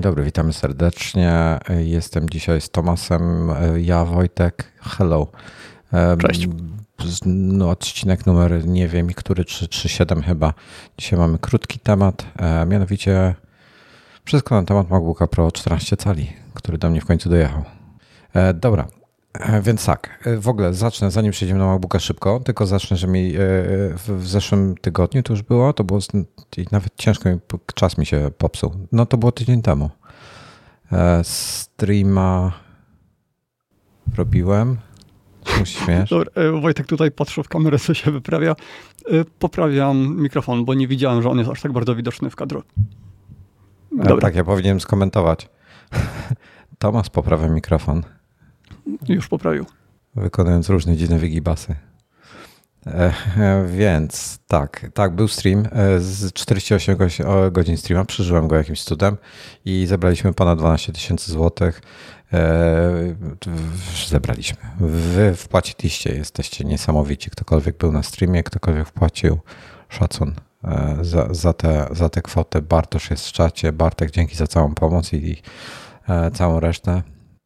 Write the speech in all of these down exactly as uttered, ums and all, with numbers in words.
dobry, witamy serdecznie. Jestem dzisiaj z Tomasem, ja Wojtek. Hello. Cześć. No, odcinek numer nie wiem, który, trzy trzy siedem chyba. Dzisiaj mamy krótki temat, mianowicie wszystko na temat MacBooka Pro czternaście cali, który do mnie w końcu dojechał. Dobra, więc tak, w ogóle zacznę, zanim przejdziemy na MacBooka szybko, tylko zacznę, że mi w zeszłym tygodniu to już było, to było nawet ciężko, czas mi się popsuł. No to było tydzień temu. Streama robiłem. Musisz śmiesz. Dobra, Wojtek tutaj patrzył w kamerę, co się wyprawia. Poprawiam mikrofon, bo nie widziałem, że on jest aż tak bardzo widoczny w kadru. Dobra. Tak, ja powinienem skomentować. Tomasz poprawia mikrofon. Już poprawił. Wykonując różne dziwne wygibasy. E, więc tak, tak, był stream z czterdzieści osiem godzin streama, przeżyłem go jakimś cudem i zebraliśmy ponad dwanaście tysięcy złotych. E, zebraliśmy. Wy wpłaciliście, jesteście niesamowici. Ktokolwiek był na streamie, ktokolwiek wpłacił, szacun e, za, za, te, za tę kwotę. Bartosz jest w czacie. Bartek, dzięki za całą pomoc i, i e, całą resztę.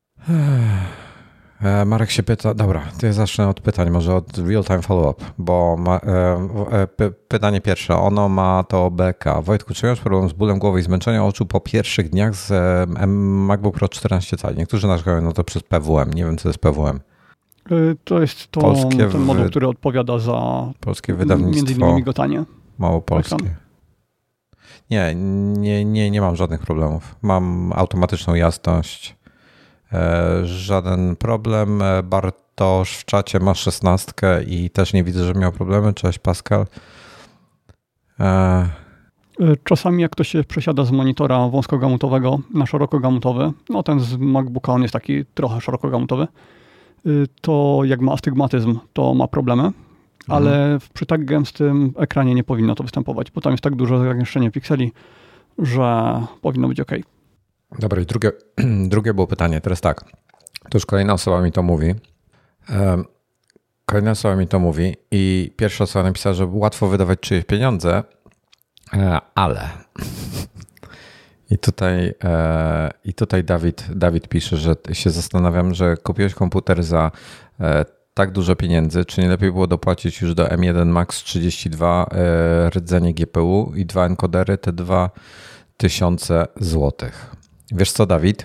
Marek się pyta, dobra, to ja zacznę od pytań, może od real-time follow-up, bo ma, e, p- pytanie pierwsze, ono ma to B K. Wojtku, czy miałeś problem z bólem głowy i zmęczeniem oczu po pierwszych dniach z e, MacBook Pro czternaście cali? Niektórzy narzekają na to przez P W M, nie wiem co to jest P W M. To jest to Polskie ten moduł, wy... który odpowiada za polskie wydawnictwo, między innymi migotanie. Małopolskie. Nie, nie, nie, nie mam żadnych problemów. Mam automatyczną jasność. Żaden problem. Bartosz w czacie ma szesnastkę i też nie widzę, że miał problemy. Cześć Pascal. Czasami jak ktoś się przesiada z monitora wąskogamutowego na szerokogamutowy, no ten z MacBooka on jest taki trochę szerokogamutowy, to jak ma astygmatyzm, to ma problemy, mhm. ale przy tak gęstym ekranie nie powinno to występować, bo tam jest tak duże zagęszczenie pikseli, że powinno być ok. Dobra, i drugie, drugie było pytanie. Teraz tak, to już kolejna osoba mi to mówi. Um, kolejna osoba mi to mówi i pierwsza osoba napisała, że łatwo wydawać czyjeś pieniądze, ale i tutaj, e, i tutaj Dawid, Dawid pisze, że się zastanawiam, że kupiłeś komputer za e, tak dużo pieniędzy, czy nie lepiej było dopłacić już do M jeden Max trzydzieści dwa e, rdzenie G P U i dwa encodery, te dwa tysiące złotych. Wiesz co, Dawid?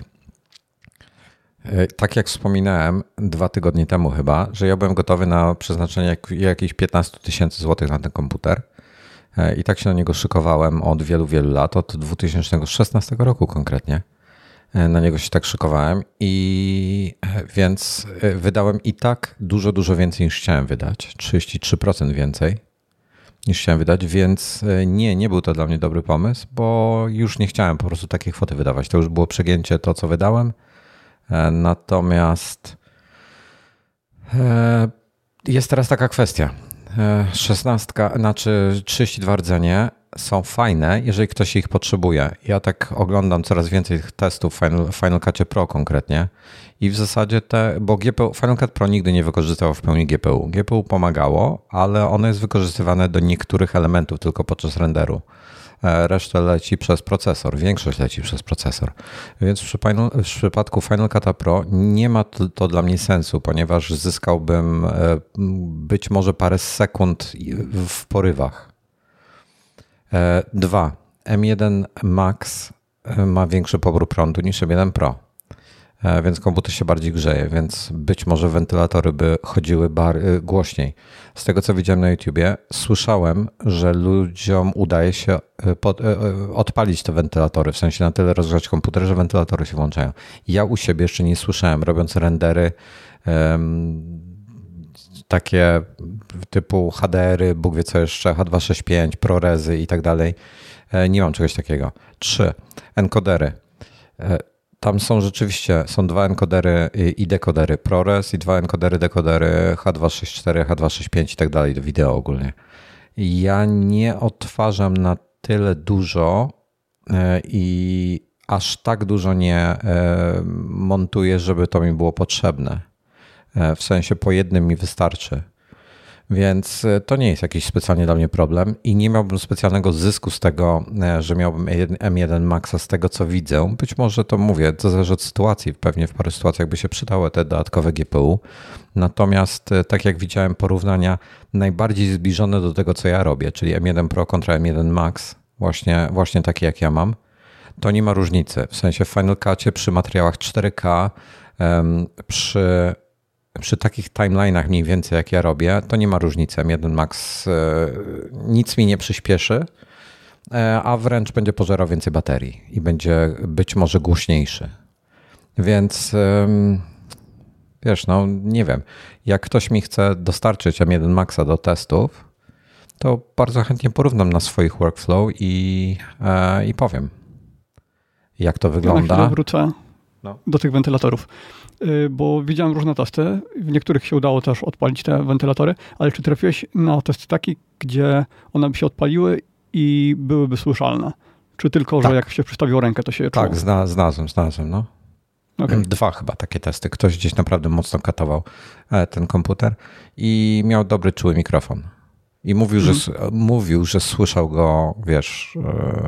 Tak jak wspominałem dwa tygodnie temu chyba, że ja byłem gotowy na przeznaczenie jakichś piętnaście tysięcy złotych na ten komputer i tak się na niego szykowałem od wielu, wielu lat, od dwa tysiące szesnastego roku konkretnie. Na niego się tak szykowałem i więc wydałem i tak dużo, dużo więcej niż chciałem wydać. trzydzieści trzy procent więcej niż chciałem wydać, więc nie, nie był to dla mnie dobry pomysł, bo już nie chciałem po prostu takiej kwoty wydawać. To już było przegięcie to, co wydałem. Natomiast jest teraz taka kwestia. szesnastka, znaczy trzydzieści dwa rdzenie są fajne, jeżeli ktoś ich potrzebuje. Ja tak oglądam coraz więcej testów w Final, Final Cutie Pro konkretnie i w zasadzie te, bo G P U, Final Cut Pro nigdy nie wykorzystywał w pełni G P U. G P U pomagało, ale ono jest wykorzystywane do niektórych elementów tylko podczas renderu. Resztę leci przez procesor, większość leci przez procesor. Więc w, Final, w przypadku Final Cut Pro nie ma to, to dla mnie sensu, ponieważ zyskałbym być może parę sekund w porywach. Dwa. M jeden Max ma większy pobór prądu niż M jeden Pro, więc komputer się bardziej grzeje, więc być może wentylatory by chodziły bar- głośniej. Z tego, co widziałem na YouTubie, słyszałem, że ludziom udaje się pod, odpalić te wentylatory, w sensie na tyle rozgrzać komputer, że wentylatory się włączają. Ja u siebie jeszcze nie słyszałem, robiąc rendery um, takie typu H D R y, Bóg wie co jeszcze, H dwieście sześćdziesiąt pięć, ProResy i tak dalej. Nie mam czegoś takiego. Trzy. Encodery. Tam są rzeczywiście, są dwa encodery i dekodery ProRes i dwa encodery, dekodery H dwieście sześćdziesiąt cztery, H dwieście sześćdziesiąt pięć i tak dalej do wideo ogólnie. Ja nie odtwarzam na tyle dużo i aż tak dużo nie montuję, żeby to mi było potrzebne. W sensie po jednym mi wystarczy. Więc to nie jest jakiś specjalnie dla mnie problem i nie miałbym specjalnego zysku z tego, że miałbym M jeden Maxa z tego, co widzę. Być może to mówię, to zależy od sytuacji. Pewnie w paru sytuacjach by się przydały te dodatkowe G P U. Natomiast tak jak widziałem porównania najbardziej zbliżone do tego, co ja robię, czyli M jeden Pro kontra M jeden Max, właśnie, właśnie takie jak ja mam, to nie ma różnicy. W sensie w Final Cutie przy materiałach cztery K, um, przy Przy takich timeline'ach mniej więcej jak ja robię, to nie ma różnicy. M jeden Max nic mi nie przyspieszy, a wręcz będzie pożerał więcej baterii i będzie być może głośniejszy. Więc wiesz, no nie wiem. Jak ktoś mi chce dostarczyć M jeden Maxa do testów, to bardzo chętnie porównam na swoich workflow i, i powiem, jak to wygląda. Ja na chwilę wrócę no. do tych wentylatorów. Bo widziałem różne testy, w niektórych się udało też odpalić te wentylatory, ale czy trafiłeś na test taki, gdzie one by się odpaliły i byłyby słyszalne? Czy tylko, tak. że jak się przystawiło rękę, to się czuło? Tak, zna, znalazłem, znalazłem, no. Okay. Dwa chyba takie testy. Ktoś gdzieś naprawdę mocno katował ten komputer i miał dobry, czuły mikrofon. I mówił, mhm. że, mówił, że słyszał go, wiesz,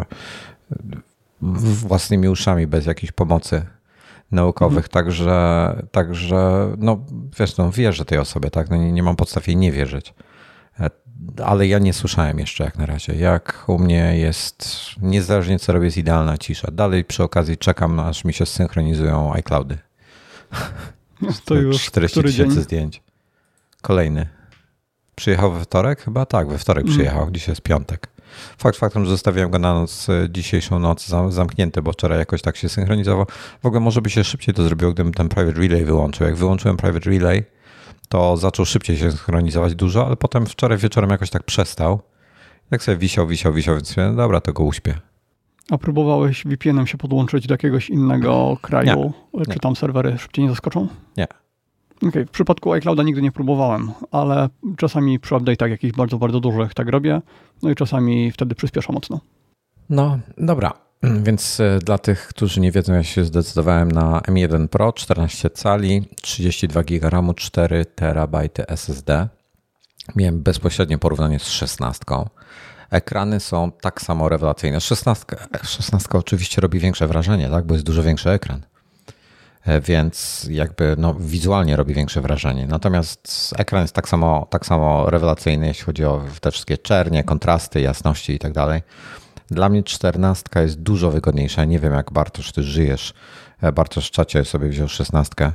własnymi uszami, bez jakiejś pomocy naukowych, mhm. także, także no wiesz, no wierzę tej osobie, tak, no nie, nie mam podstaw jej nie wierzyć, ale ja nie słyszałem jeszcze jak na razie, jak u mnie jest, niezależnie co robię, jest idealna cisza. Dalej przy okazji czekam, aż mi się synchronizują iCloudy. No to już czterdzieści tysięcy zdjęć. Kolejny. Przyjechał we wtorek? Chyba tak, we wtorek mm. przyjechał, dzisiaj jest piątek. Fakt faktem, że zostawiłem go na noc, dzisiejszą noc zamknięty, bo wczoraj jakoś tak się synchronizował. W ogóle może by się szybciej to zrobiło, gdybym ten Private Relay wyłączył. Jak wyłączyłem Private Relay, to zaczął szybciej się synchronizować dużo, ale potem wczoraj wieczorem jakoś tak przestał. Jak sobie wisiał, wisiał, wisiał, więc no dobra, to go uśpię. A próbowałeś V P N-em się podłączyć do jakiegoś innego kraju? Nie, Czy nie. tam serwery szybciej nie zaskoczą? Nie. Okay. W przypadku iClouda nigdy nie próbowałem, ale czasami przy update'ach jakichś bardzo, bardzo dużych tak robię, no i czasami wtedy przyspiesza mocno. No, dobra. Więc dla tych, którzy nie wiedzą, ja się zdecydowałem na M jeden Pro, czternaście cali, trzydzieści dwa giga ramu, cztery terabajty S S D. Miałem bezpośrednie porównanie z szesnastką. Ekrany są tak samo rewelacyjne. szesnastka, szesnastka oczywiście robi większe wrażenie, tak, bo jest dużo większy ekran. Więc jakby no, wizualnie robi większe wrażenie. Natomiast ekran jest tak samo, tak samo rewelacyjny, jeśli chodzi o te wszystkie czernie, kontrasty, jasności i tak dalej. Dla mnie czternastka jest dużo wygodniejsza. Nie wiem, jak Bartosz, ty żyjesz. Bartosz w czacie sobie wziął szesnastkę.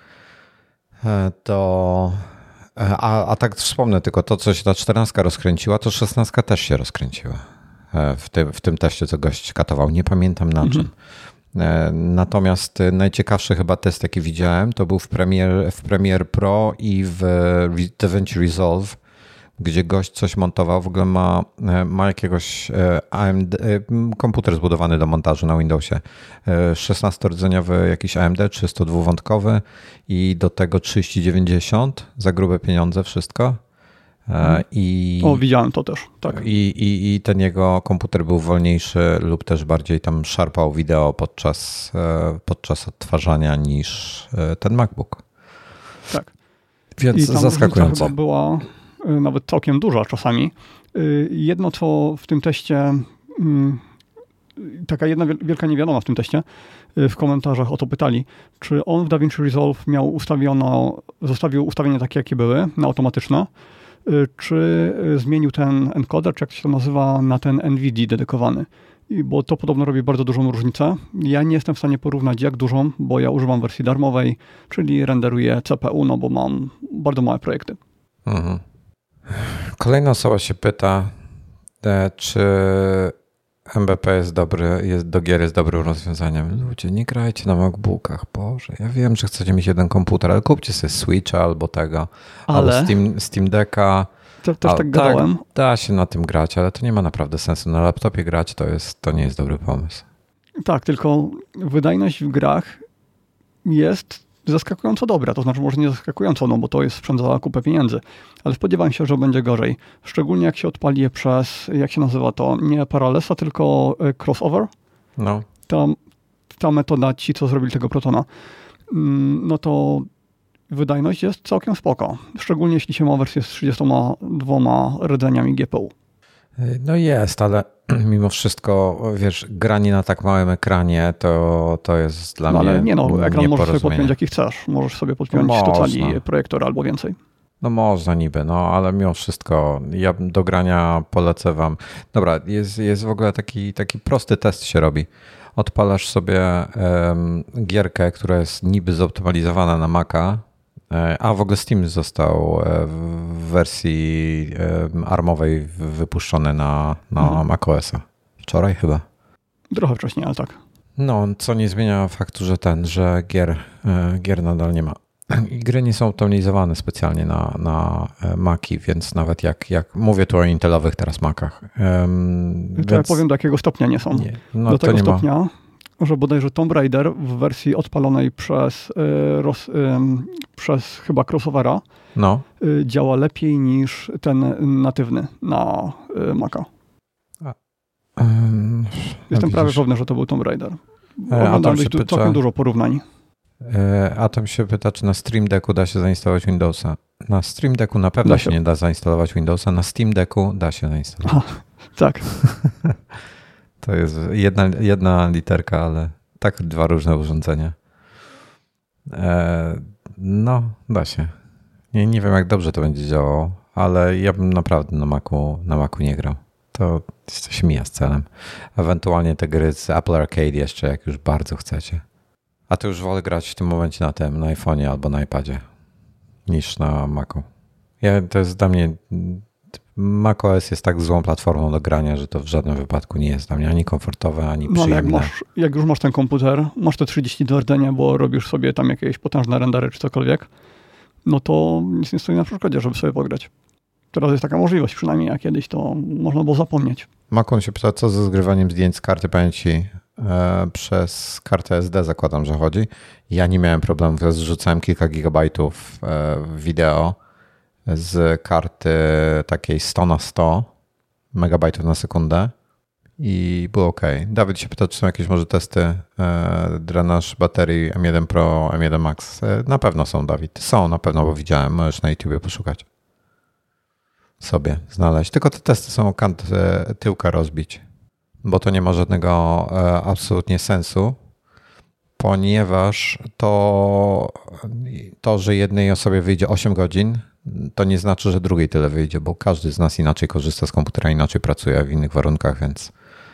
To... A, a tak wspomnę tylko, to co się ta czternastka rozkręciła, to szesnastka też się rozkręciła. W tym, w tym teście, co gość katował. Nie pamiętam na czym. Mhm. Natomiast najciekawszy chyba test, jaki widziałem, to był w Premiere, w Premiere Pro i w DaVinci Resolve, gdzie gość coś montował. W ogóle ma, ma jakiegoś A M D, komputer zbudowany do montażu na Windowsie. szesnastorodzeniowy jakiś A M D, trzysta dwuwątkowy i do tego trzydzieści dziewięćdziesiąt za grube pieniądze wszystko. I, o, widziałem to też, tak. I, i, I ten jego komputer był wolniejszy lub też bardziej tam szarpał wideo podczas, podczas odtwarzania niż ten MacBook. Tak. Więc I tam zaskakujące. Chyba była nawet całkiem duża czasami. Jedno, co w tym teście, taka jedna wielka niewiadoma w tym teście, w komentarzach o to pytali, czy on w DaVinci Resolve miał ustawiono, zostawił ustawienia takie, jakie były, na automatyczne, czy zmienił ten encoder, czy jak się to nazywa, na ten N V D dedykowany. I bo to podobno robi bardzo dużą różnicę. Ja nie jestem w stanie porównać jak dużą, bo ja używam wersji darmowej, czyli renderuję C P U, no bo mam bardzo małe projekty. Mhm. Kolejna osoba się pyta, czy M B P jest dobry, jest, do gier jest dobrym rozwiązaniem. Ludzie, nie grajcie na MacBookach, Boże. Ja wiem, że chcecie mieć jeden komputer, ale kupcie sobie Switcha albo tego, ale... albo Steam, Steam Decka. To, też tak gadałem. Tak, da się na tym grać, ale to nie ma naprawdę sensu. Na laptopie grać to, jest, to nie jest dobry pomysł. Tak, tylko wydajność w grach jest zaskakująco dobra. To znaczy może nie zaskakująco, no bo to jest sprzęt za kupę pieniędzy. Ale spodziewałem się, że będzie gorzej. Szczególnie jak się odpali je przez, jak się nazywa to, nie Parallesa, tylko crossover. No. Ta, ta metoda, ci co zrobili tego Protona, no to Wydajność jest całkiem spoko, szczególnie jeśli się ma wersję z trzydziestoma dwoma rdzeniami G P U. No jest, ale mimo wszystko, wiesz, granie na tak małym ekranie to, to jest dla no, mnie ale nie no, ekran możesz sobie podpiąć jaki chcesz. Możesz sobie podpiąć no sto cali projektora albo więcej. No można niby, no ale mimo wszystko ja do grania polecę wam. Dobra, jest, jest w ogóle taki, taki prosty test się robi. Odpalasz sobie um, gierkę, która jest niby zoptymalizowana na Maca, a w ogóle Steam został w wersji armowej wypuszczony na, na mhm. macOSa. Wczoraj chyba. Trochę wcześniej, ale tak. No, co nie zmienia faktu, że ten, że gier, gier nadal nie ma. I gry nie są optymalizowane specjalnie na, na Maci, więc nawet jak, jak mówię tu o intelowych teraz Macach. Um, to więc... ja powiem, do jakiego stopnia nie są. Nie. No, do tego nie stopnia, ma... że bodajże Tomb Raider w wersji odpalonej przez, y, roz, y, przez chyba crossovera no. y, działa lepiej niż ten natywny na y, Maca. A, um, Jestem no prawie pewny, że to był Tomb Raider. Oglądam du- całkiem dużo porównań. Atom się pyta, czy na Stream Decku da się zainstalować Windowsa. Na Stream Decku na pewno się. się nie da zainstalować Windowsa, na Steam Decku da się zainstalować. A, tak. To jest jedna, jedna literka, ale tak dwa różne urządzenia. E, no, da się. Nie, nie wiem, jak dobrze to będzie działało, ale ja bym naprawdę na Macu, na Macu nie grał. To, to się mija z celem. Ewentualnie te gry z Apple Arcade jeszcze, jak już bardzo chcecie. A to już wolę grać w tym momencie na tym, na iPhone'ie albo na iPadzie niż na Macu. Ja, to jest dla mnie, macOS jest tak złą platformą do grania, że to w żadnym wypadku nie jest dla mnie ani komfortowe, ani przyjemne. No, jak, masz, jak już masz ten komputer, masz te trzydzieści dwa rdzenie, bo robisz sobie tam jakieś potężne rendery czy cokolwiek, no to nic nie stoi na przeszkodzie, żeby sobie pograć. Teraz jest taka możliwość, przynajmniej jak kiedyś to można było zapomnieć. Makon się pyta, co ze zgrywaniem zdjęć z karty pamięci przez kartę S D, zakładam, że chodzi. Ja nie miałem problemu, ja zrzucałem kilka gigabajtów wideo z karty takiej sto na sto megabajtów na sekundę i było ok. Dawid się pyta, czy są jakieś może testy drenaż baterii M jeden Pro, M jeden Max. Na pewno są, Dawid. Są na pewno, bo widziałem. Możesz na YouTubie poszukać. Sobie znaleźć. Tylko te testy są o kant tyłka rozbić. Bo to nie ma żadnego e, absolutnie sensu, ponieważ to, to, że jednej osobie wyjdzie osiem godzin, to nie znaczy, że drugiej tyle wyjdzie, bo każdy z nas inaczej korzysta z komputera, inaczej pracuje w innych warunkach, więc...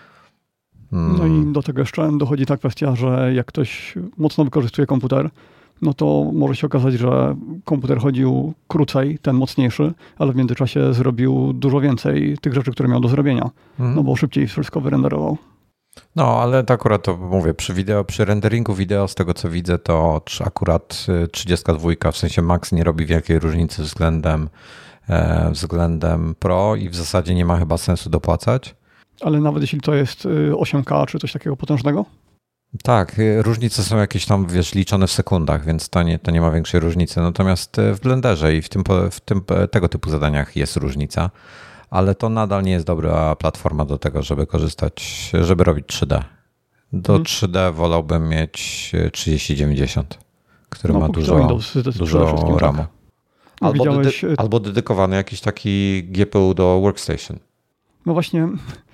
Mm. No i do tego jeszcze dochodzi ta kwestia, że jak ktoś mocno wykorzystuje komputer, no to może się okazać, że komputer chodził krócej, ten mocniejszy, ale w międzyczasie zrobił dużo więcej tych rzeczy, które miał do zrobienia, mm. no bo szybciej wszystko wyrenderował. No, ale to akurat to mówię, przy wideo, przy renderingu wideo, z tego co widzę, to akurat trzydzieści dwa, w sensie Max nie robi wielkiej różnicy względem, e, względem Pro i w zasadzie nie ma chyba sensu dopłacać. Ale nawet jeśli to jest osiem K czy coś takiego potężnego? Tak, różnice są jakieś tam, wiesz, liczone w sekundach, więc to nie, to nie ma większej różnicy. Natomiast w Blenderze i w, tym, w tym, tego typu zadaniach jest różnica, ale to nadal nie jest dobra platforma do tego, żeby korzystać, żeby robić trzy D. Do hmm. trzy D wolałbym mieć trzydzieści dziewięćdziesiąt, który no, ma dużo, Windows, dużo ramu. Tak. Albo, Widziałeś... dedy- albo dedykowany jakiś taki G P U do Workstation. No właśnie...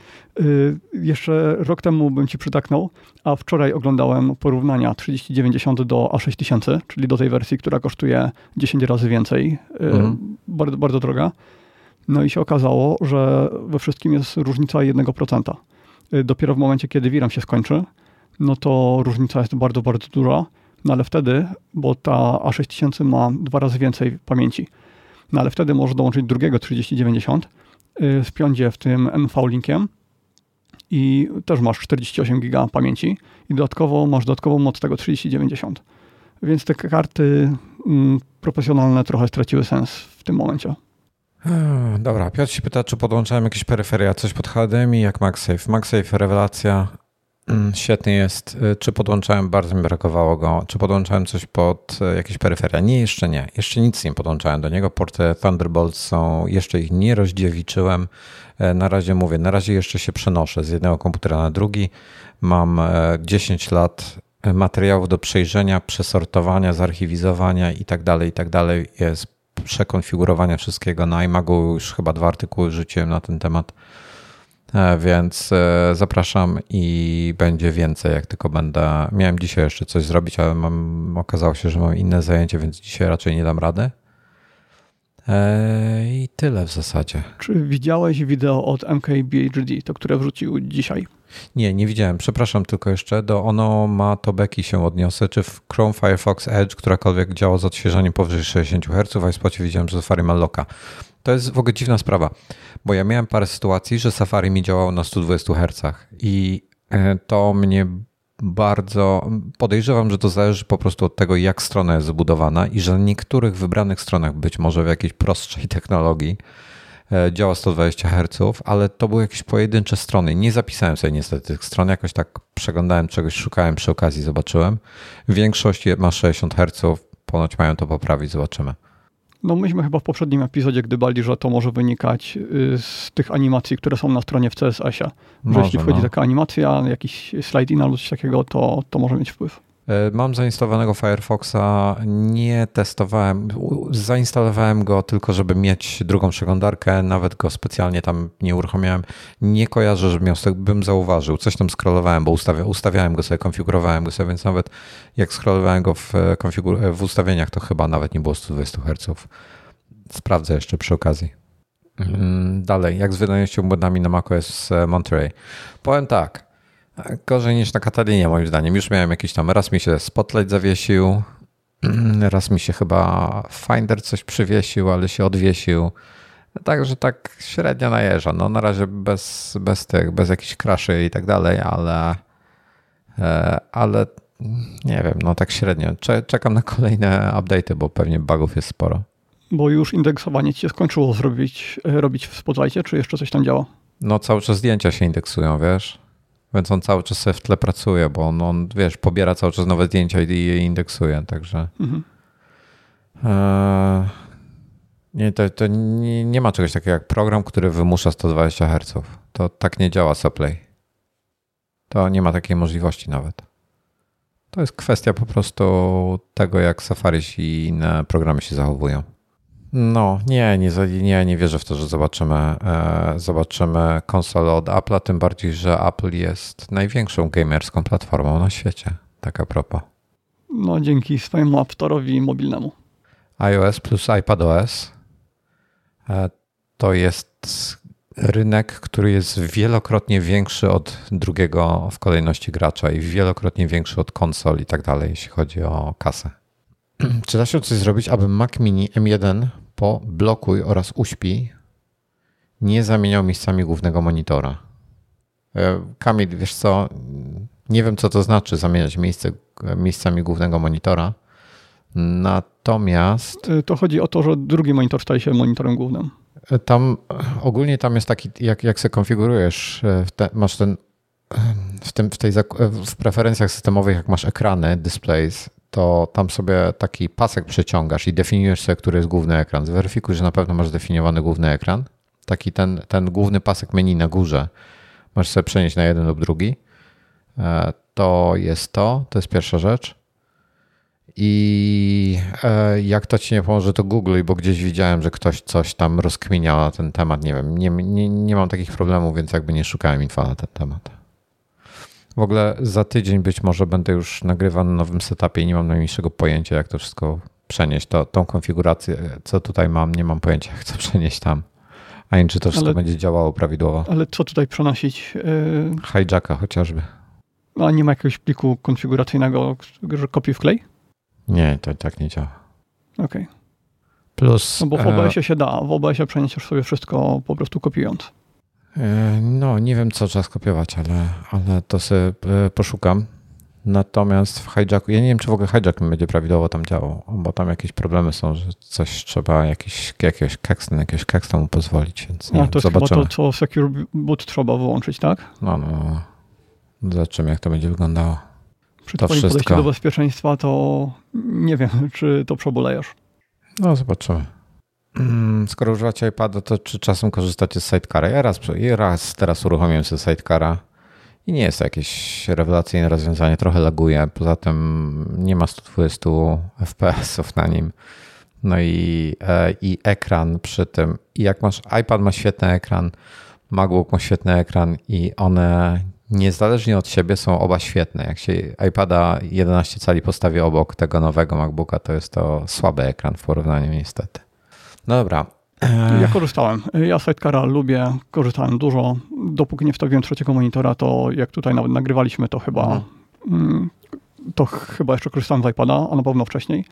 Jeszcze rok temu bym ci przytaknął, a wczoraj oglądałem porównania trzydzieści dziewięćdziesiąt do A sześć tysięcy, czyli do tej wersji, która kosztuje dziesięć razy więcej, mhm. bardzo, bardzo droga. No i się okazało, że we wszystkim jest różnica jednego procenta. Dopiero w momencie, kiedy VRAM się skończy, no to różnica jest bardzo, bardzo duża, no ale wtedy, bo ta A sześć tysięcy ma dwa razy więcej pamięci, no ale wtedy możesz dołączyć drugiego trzydzieści dziewięćdziesiąt, spiąć je w tym N V-linkiem, i też masz czterdzieści osiem giga pamięci i dodatkowo masz dodatkową moc tego trzydzieści dziewięćdziesiąt. Więc te karty mm, profesjonalne trochę straciły sens w tym momencie. Dobra, Piotr się pyta, czy podłączałem jakieś peryferia, coś pod H D M I jak MagSafe. MagSafe, rewelacja, świetnie jest. Czy podłączałem, bardzo mi brakowało go. Czy podłączałem coś pod jakieś peryferia? Nie, jeszcze nie. Jeszcze nic nie podłączałem do niego. Porty Thunderbolt są, jeszcze ich nie rozdziewiczyłem. Na razie mówię, na razie jeszcze się przenoszę z jednego komputera na drugi. Mam dziesięć lat materiałów do przejrzenia, przesortowania, zarchiwizowania i tak dalej, i tak dalej. Jest przekonfigurowania wszystkiego. Na iMagu już chyba dwa artykuły rzuciłem na ten temat, więc zapraszam i będzie więcej, jak tylko będę. Miałem dzisiaj jeszcze coś zrobić, ale mam, okazało się, że mam inne zajęcie, więc dzisiaj raczej nie dam rady. I tyle w zasadzie. Czy widziałeś wideo od M K B H D, to które wrzucił dzisiaj? Nie, nie widziałem. Przepraszam tylko jeszcze. Do ono ma to beki się odniosę. Czy w Chrome, Firefox, Edge, którakolwiek działa z odświeżaniem powyżej sześćdziesiąt herców, a w iSpocie widziałem, że Safari ma locka. To jest w ogóle dziwna sprawa, bo ja miałem parę sytuacji, że Safari mi działało na stu dwudziestu hercach i to mnie bardzo podejrzewam, że to zależy po prostu od tego, jak strona jest zbudowana i że na niektórych wybranych stronach, być może w jakiejś prostszej technologii, działa sto dwadzieścia herców, ale to były jakieś pojedyncze strony. Nie zapisałem sobie niestety tych stron, jakoś tak przeglądałem czegoś, szukałem przy okazji, zobaczyłem. Większość ma sześćdziesiąt herców, ponoć mają to poprawić, zobaczymy. No myśmy chyba w poprzednim epizodzie gdybali, że to może wynikać z tych animacji, które są na stronie w C S S ie. Że może, jeśli wchodzi no. taka animacja, jakiś slide-in albo coś takiego, to, to może mieć wpływ. Mam zainstalowanego Firefoxa, nie testowałem, zainstalowałem go tylko, żeby mieć drugą przeglądarkę, nawet go specjalnie tam nie uruchamiałem. Nie kojarzę, że miał, bym zauważył, coś tam scrollowałem, bo ustawia, ustawiałem go sobie, konfigurowałem go sobie, więc nawet jak scrollowałem go w, konfigur- w ustawieniach, to chyba nawet nie było sto dwadzieścia herców. Sprawdzę jeszcze przy okazji. Dalej, jak z wydajnością błędami na macOS Monterey? Powiem tak. Gorzej niż na Katalinie, moim zdaniem. Już miałem jakiś tam, raz mi się Spotlight zawiesił, raz mi się chyba Finder coś przywiesił, ale się odwiesił. Także tak średnio najeżdża. No na razie bez, bez tych, bez jakichś crashy i tak dalej, ale, ale nie wiem, no tak średnio. Czekam na kolejne update'y, bo pewnie bugów jest sporo. Bo już indeksowanie ci się skończyło zrobić, robić w Spotlightie, czy jeszcze coś tam działa? No cały czas zdjęcia się indeksują, wiesz? Więc on cały czas sobie w tle pracuje, bo on, on wiesz, pobiera cały czas nowe zdjęcia i je indeksuje, także mhm. e, nie, to, to nie, nie ma czegoś takiego jak program, który wymusza sto dwadzieścia herców. To tak nie działa Saplay. To nie ma takiej możliwości nawet. To jest kwestia po prostu tego, jak Safari i inne programy się zachowują. No, nie, nie, nie, nie wierzę w to, że zobaczymy, e, zobaczymy konsolę od Apple'a, tym bardziej, że Apple jest największą gamerską platformą na świecie. Tak a propos. No, dzięki swojemu App Store'owi mobilnemu. iOS plus iPadOS e, to jest rynek, który jest wielokrotnie większy od drugiego w kolejności gracza i wielokrotnie większy od konsol i tak dalej, jeśli chodzi o kasę. Czy da się coś zrobić, aby Mac Mini M jeden po blokuj oraz uśpi nie zamieniał miejscami głównego monitora? Kamil, wiesz co, nie wiem co to znaczy zamieniać miejsce, miejscami głównego monitora, natomiast... To chodzi o to, że drugi monitor staje się monitorem głównym. Tam ogólnie tam jest taki, jak, jak se konfigurujesz, te, masz ten w, tym, w, tej, w preferencjach systemowych, jak masz ekrany, displays, to tam sobie taki pasek przeciągasz i definiujesz sobie, który jest główny ekran. Zweryfikuj, że na pewno masz zdefiniowany główny ekran. Taki ten, ten główny pasek menu na górze masz sobie przenieść na jeden lub drugi. To jest to, to jest pierwsza rzecz. I jak to ci nie pomoże, to googluj, bo gdzieś widziałem, że ktoś coś tam rozkminiał na ten temat. Nie wiem, nie, nie, nie mam takich problemów, więc jakby nie szukałem info na ten temat. W ogóle za tydzień być może będę już nagrywał na nowym setupie i nie mam najmniejszego pojęcia, jak to wszystko przenieść. To, tą konfigurację, co tutaj mam, nie mam pojęcia, jak to przenieść tam. A nie, czy to wszystko ale, będzie działało prawidłowo. Ale co tutaj przenosić? Yy... Hijacka chociażby. A nie ma jakiegoś pliku konfiguracyjnego, że kopiuj wklej? Nie, to tak nie działa. Okej. Okay. Plus... No bo w O B S ie się da, w O B S ie przeniesiesz sobie wszystko po prostu kopiując. No, nie wiem, co trzeba skopiować, ale, ale to sobie poszukam. Natomiast w hijacku, ja nie wiem, czy w ogóle hijack będzie prawidłowo tam działał, bo tam jakieś problemy są, że coś trzeba, jakiś, jakiegoś keks, jakiegoś keks tam mu pozwolić, więc nie A wiem, to jest zobaczymy. chyba to, co Secure Boot trzeba wyłączyć, tak? No, no, zobaczymy, jak to będzie wyglądało. Przy to twoim podejściu do bezpieczeństwa to nie wiem, czy to przebolejesz. No, zobaczymy. Skoro używacie iPada, to czy czasem korzystacie z Sidecara? Ja raz, ja raz teraz uruchomiłem sobie Sidecara I nie jest to jakieś rewelacyjne rozwiązanie, trochę laguje, poza tym nie ma sto dwadzieścia F P S-ów na nim. No i, i ekran przy tym. I jak masz, iPad ma świetny ekran, MacBook ma świetny ekran i one niezależnie od siebie są oba świetne. Jak się iPada jedenaście cali postawi obok tego nowego MacBooka, to jest to słaby ekran w porównaniu niestety. No dobra. Ja korzystałem. Ja Sidecara lubię, korzystałem dużo. Dopóki nie wstawiłem trzeciego monitora, to jak tutaj nawet nagrywaliśmy, to chyba hmm. to chyba jeszcze korzystałem z iPada, a na pewno wcześniej.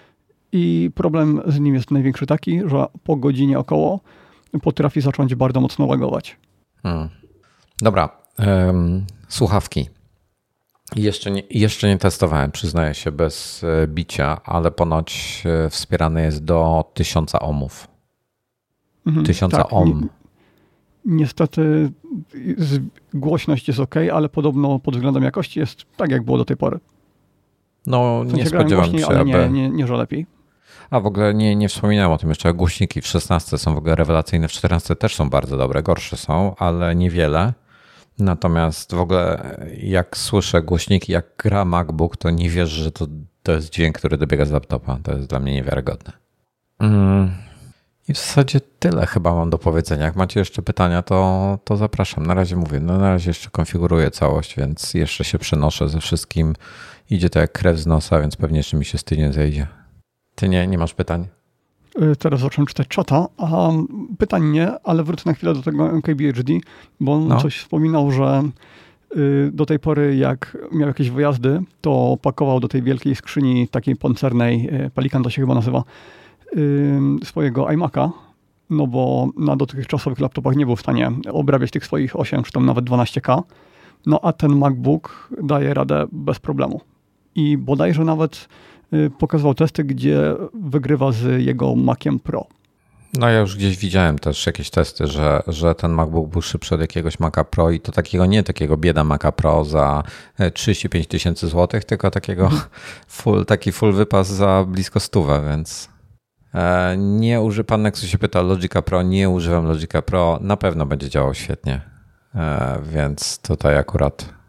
I problem z nim jest największy taki, że po godzinie około potrafi zacząć bardzo mocno lagować. Hmm. Dobra. Um, słuchawki. Jeszcze nie, jeszcze nie testowałem, przyznaję się, bez bicia, ale ponoć wspierany jest do tysiąca ohmów. Mhm, tysiąca tak. ohm. Ni- niestety głośność jest ok, ale podobno pod względem jakości jest tak, jak było do tej pory. No, w sensie nie spodziewam głośniej, się, ale aby... nie, nie, nie, że lepiej. A w ogóle nie, nie wspominałem o tym jeszcze. Głośniki w szesnastce są w ogóle rewelacyjne, w czternastce też są bardzo dobre, gorsze są, ale niewiele. Natomiast w ogóle jak słyszę głośniki, jak gra MacBook, to nie wierzę, że to, to jest dźwięk, który dobiega z laptopa. To jest dla mnie niewiarygodne. Mm. I w zasadzie tyle chyba mam do powiedzenia. Jak macie jeszcze pytania, to, to zapraszam. Na razie mówię, no na razie jeszcze konfiguruję całość, więc jeszcze się przenoszę ze wszystkim. Idzie to jak krew z nosa, więc pewnie jeszcze mi się z tydzień zejdzie. Ty nie, nie masz pytań? Teraz zacząłem czytać czata, a pytań nie, ale wrócę na chwilę do tego M K B H D, bo on no. coś wspominał, że do tej pory jak miał jakieś wyjazdy, to pakował do tej wielkiej skrzyni takiej pancernej, Pelikan to się chyba nazywa, swojego iMac'a, no bo na dotychczasowych laptopach nie był w stanie obrabiać tych swoich osiem czy tam nawet dwanaście K, no a ten MacBook daje radę bez problemu. I bodajże nawet pokazywał testy, gdzie wygrywa z jego Maciem Pro. No ja już gdzieś widziałem też jakieś testy, że, że ten MacBook był szybszy od jakiegoś Maca Pro i to takiego, nie takiego bieda Maca Pro za trzydzieści pięć tysięcy złotych, tylko takiego full, taki full wypas za blisko stówę, więc e, nie uży, pan Nexus się pyta Logica Pro, nie używam Logica Pro, na pewno będzie działał świetnie, e, więc tutaj akurat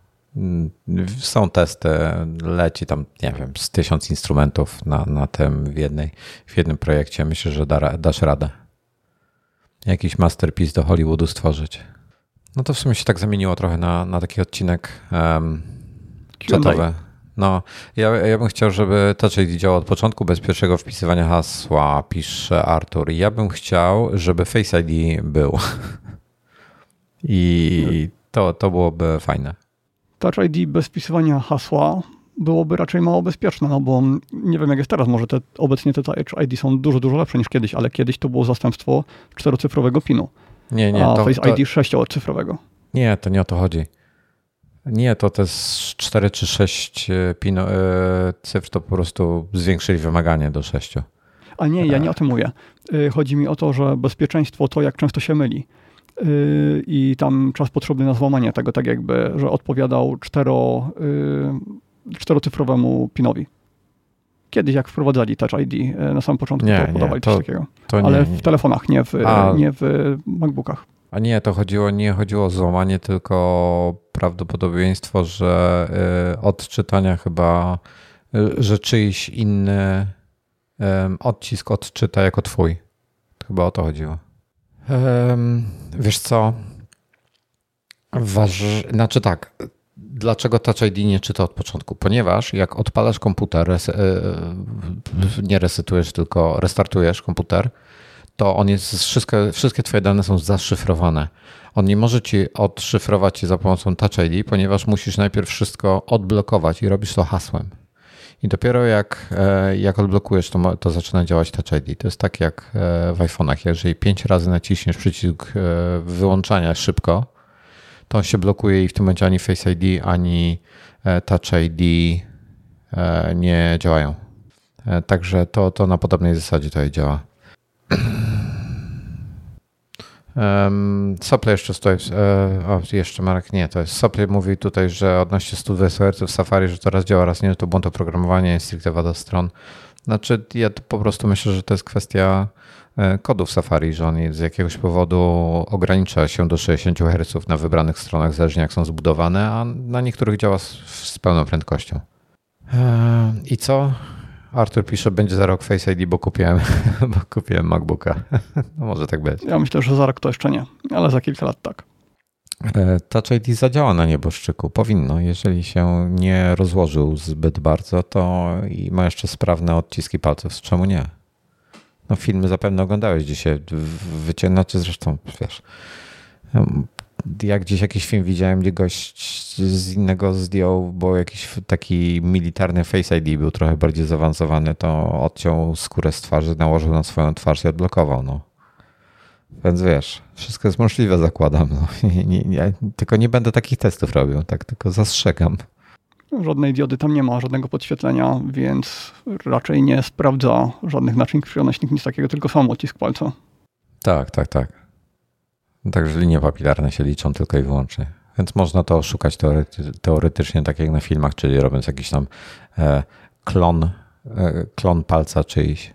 są testy, leci tam, nie wiem, z tysiąc instrumentów na, na tym w, jednej, w jednym projekcie. Myślę, że da, dasz radę. Jakiś masterpiece do Hollywoodu stworzyć. No to w sumie się tak zamieniło trochę na, na taki odcinek um, czatowy. No, ja, ja bym chciał, żeby Touch I D działał od początku bez pierwszego wpisywania hasła, pisze Artur. Ja bym chciał, żeby Face I D był. I to, to byłoby fajne. Touch I D bez wpisywania hasła byłoby raczej mało bezpieczne, no bo nie wiem jak jest teraz, może te, obecnie te Touch I D są dużo, dużo lepsze niż kiedyś, ale kiedyś to było zastępstwo czterocyfrowego pinu, nie, nie, a to, Face to, I D sześciocyfrowego. Nie, to nie o to chodzi. Nie, to te cztery czy sześć pin, cyfr to po prostu zwiększyli wymaganie do sześciu. A nie, ja nie o tym mówię. Chodzi mi o to, że bezpieczeństwo to jak często się myli. I tam czas potrzebny na złamanie tego, tak jakby, że odpowiadał cztero, czterocyfrowemu pinowi. Kiedyś jak wprowadzali Touch I D na samym początku, nie, to podawali nie, to, coś takiego. To Ale nie, w telefonach, nie w, nie w MacBookach. A nie, to chodziło, nie chodziło o złamanie, tylko prawdopodobieństwo, że y, odczytania chyba, y, że czyjś inny y, odcisk odczyta jako twój. Chyba o to chodziło. Um, wiesz co? Waż, znaczy tak, dlaczego Touch I D nie czyta od początku? Ponieważ jak odpalasz komputer, res, nie resetujesz, tylko restartujesz komputer, to on jest, wszystkie, wszystkie twoje dane są zaszyfrowane. On nie może ci odszyfrować za pomocą Touch I D, ponieważ musisz najpierw wszystko odblokować i robisz to hasłem. I dopiero jak, jak odblokujesz, to, to zaczyna działać Touch I D. To jest tak jak w iPhone'ach. Jeżeli pięć razy naciśniesz przycisk wyłączania szybko, to on się blokuje i w tym momencie ani Face I D, ani Touch I D nie działają. Także to, to na podobnej zasadzie tutaj działa. Um, Sopley jeszcze stoi, e, o jeszcze Marek, nie, to jest Sopley mówi tutaj, że odnośnie sto dwadzieścia herców w Safari, że to raz działa, raz nie, to błąd oprogramowania, jest stricte wada stron. Znaczy ja po prostu myślę, że to jest kwestia kodów Safari, że on z jakiegoś powodu ogranicza się do sześćdziesiąt herców na wybranych stronach, zależnie jak są zbudowane, a na niektórych działa z, z pełną prędkością. I co? Artur pisze, będzie za rok Face I D, bo kupiłem, bo kupiłem MacBooka. No może tak być. Ja myślę, że za rok to jeszcze nie, ale za kilka lat tak. Touch I D zadziała na nieboszczyku. Powinno. Jeżeli się nie rozłożył zbyt bardzo, to i ma jeszcze sprawne odciski palców. Czemu nie? No filmy zapewne oglądałeś dzisiaj. Wyciągnacie zresztą, wiesz. Jak gdzieś jakiś film widziałem, gdzie gość z innego zdjął, bo jakiś taki militarny Face I D był trochę bardziej zaawansowany, to odciął skórę z twarzy, nałożył na swoją twarz i odblokował. No. Więc wiesz, wszystko jest możliwe, zakładam. No. Nie, nie, nie, tylko nie będę takich testów robił, tak tylko zastrzegam. Żadnej diody tam nie ma, żadnego podświetlenia, więc raczej nie sprawdza żadnych naczyń krwionośnych, nic takiego, tylko sam odcisk palca. Tak, tak, tak. Także linie papilarne się liczą tylko i wyłącznie. Więc można to oszukać teorety- teoretycznie, tak jak na filmach, czyli robiąc jakiś tam e, klon, e, klon palca czyjś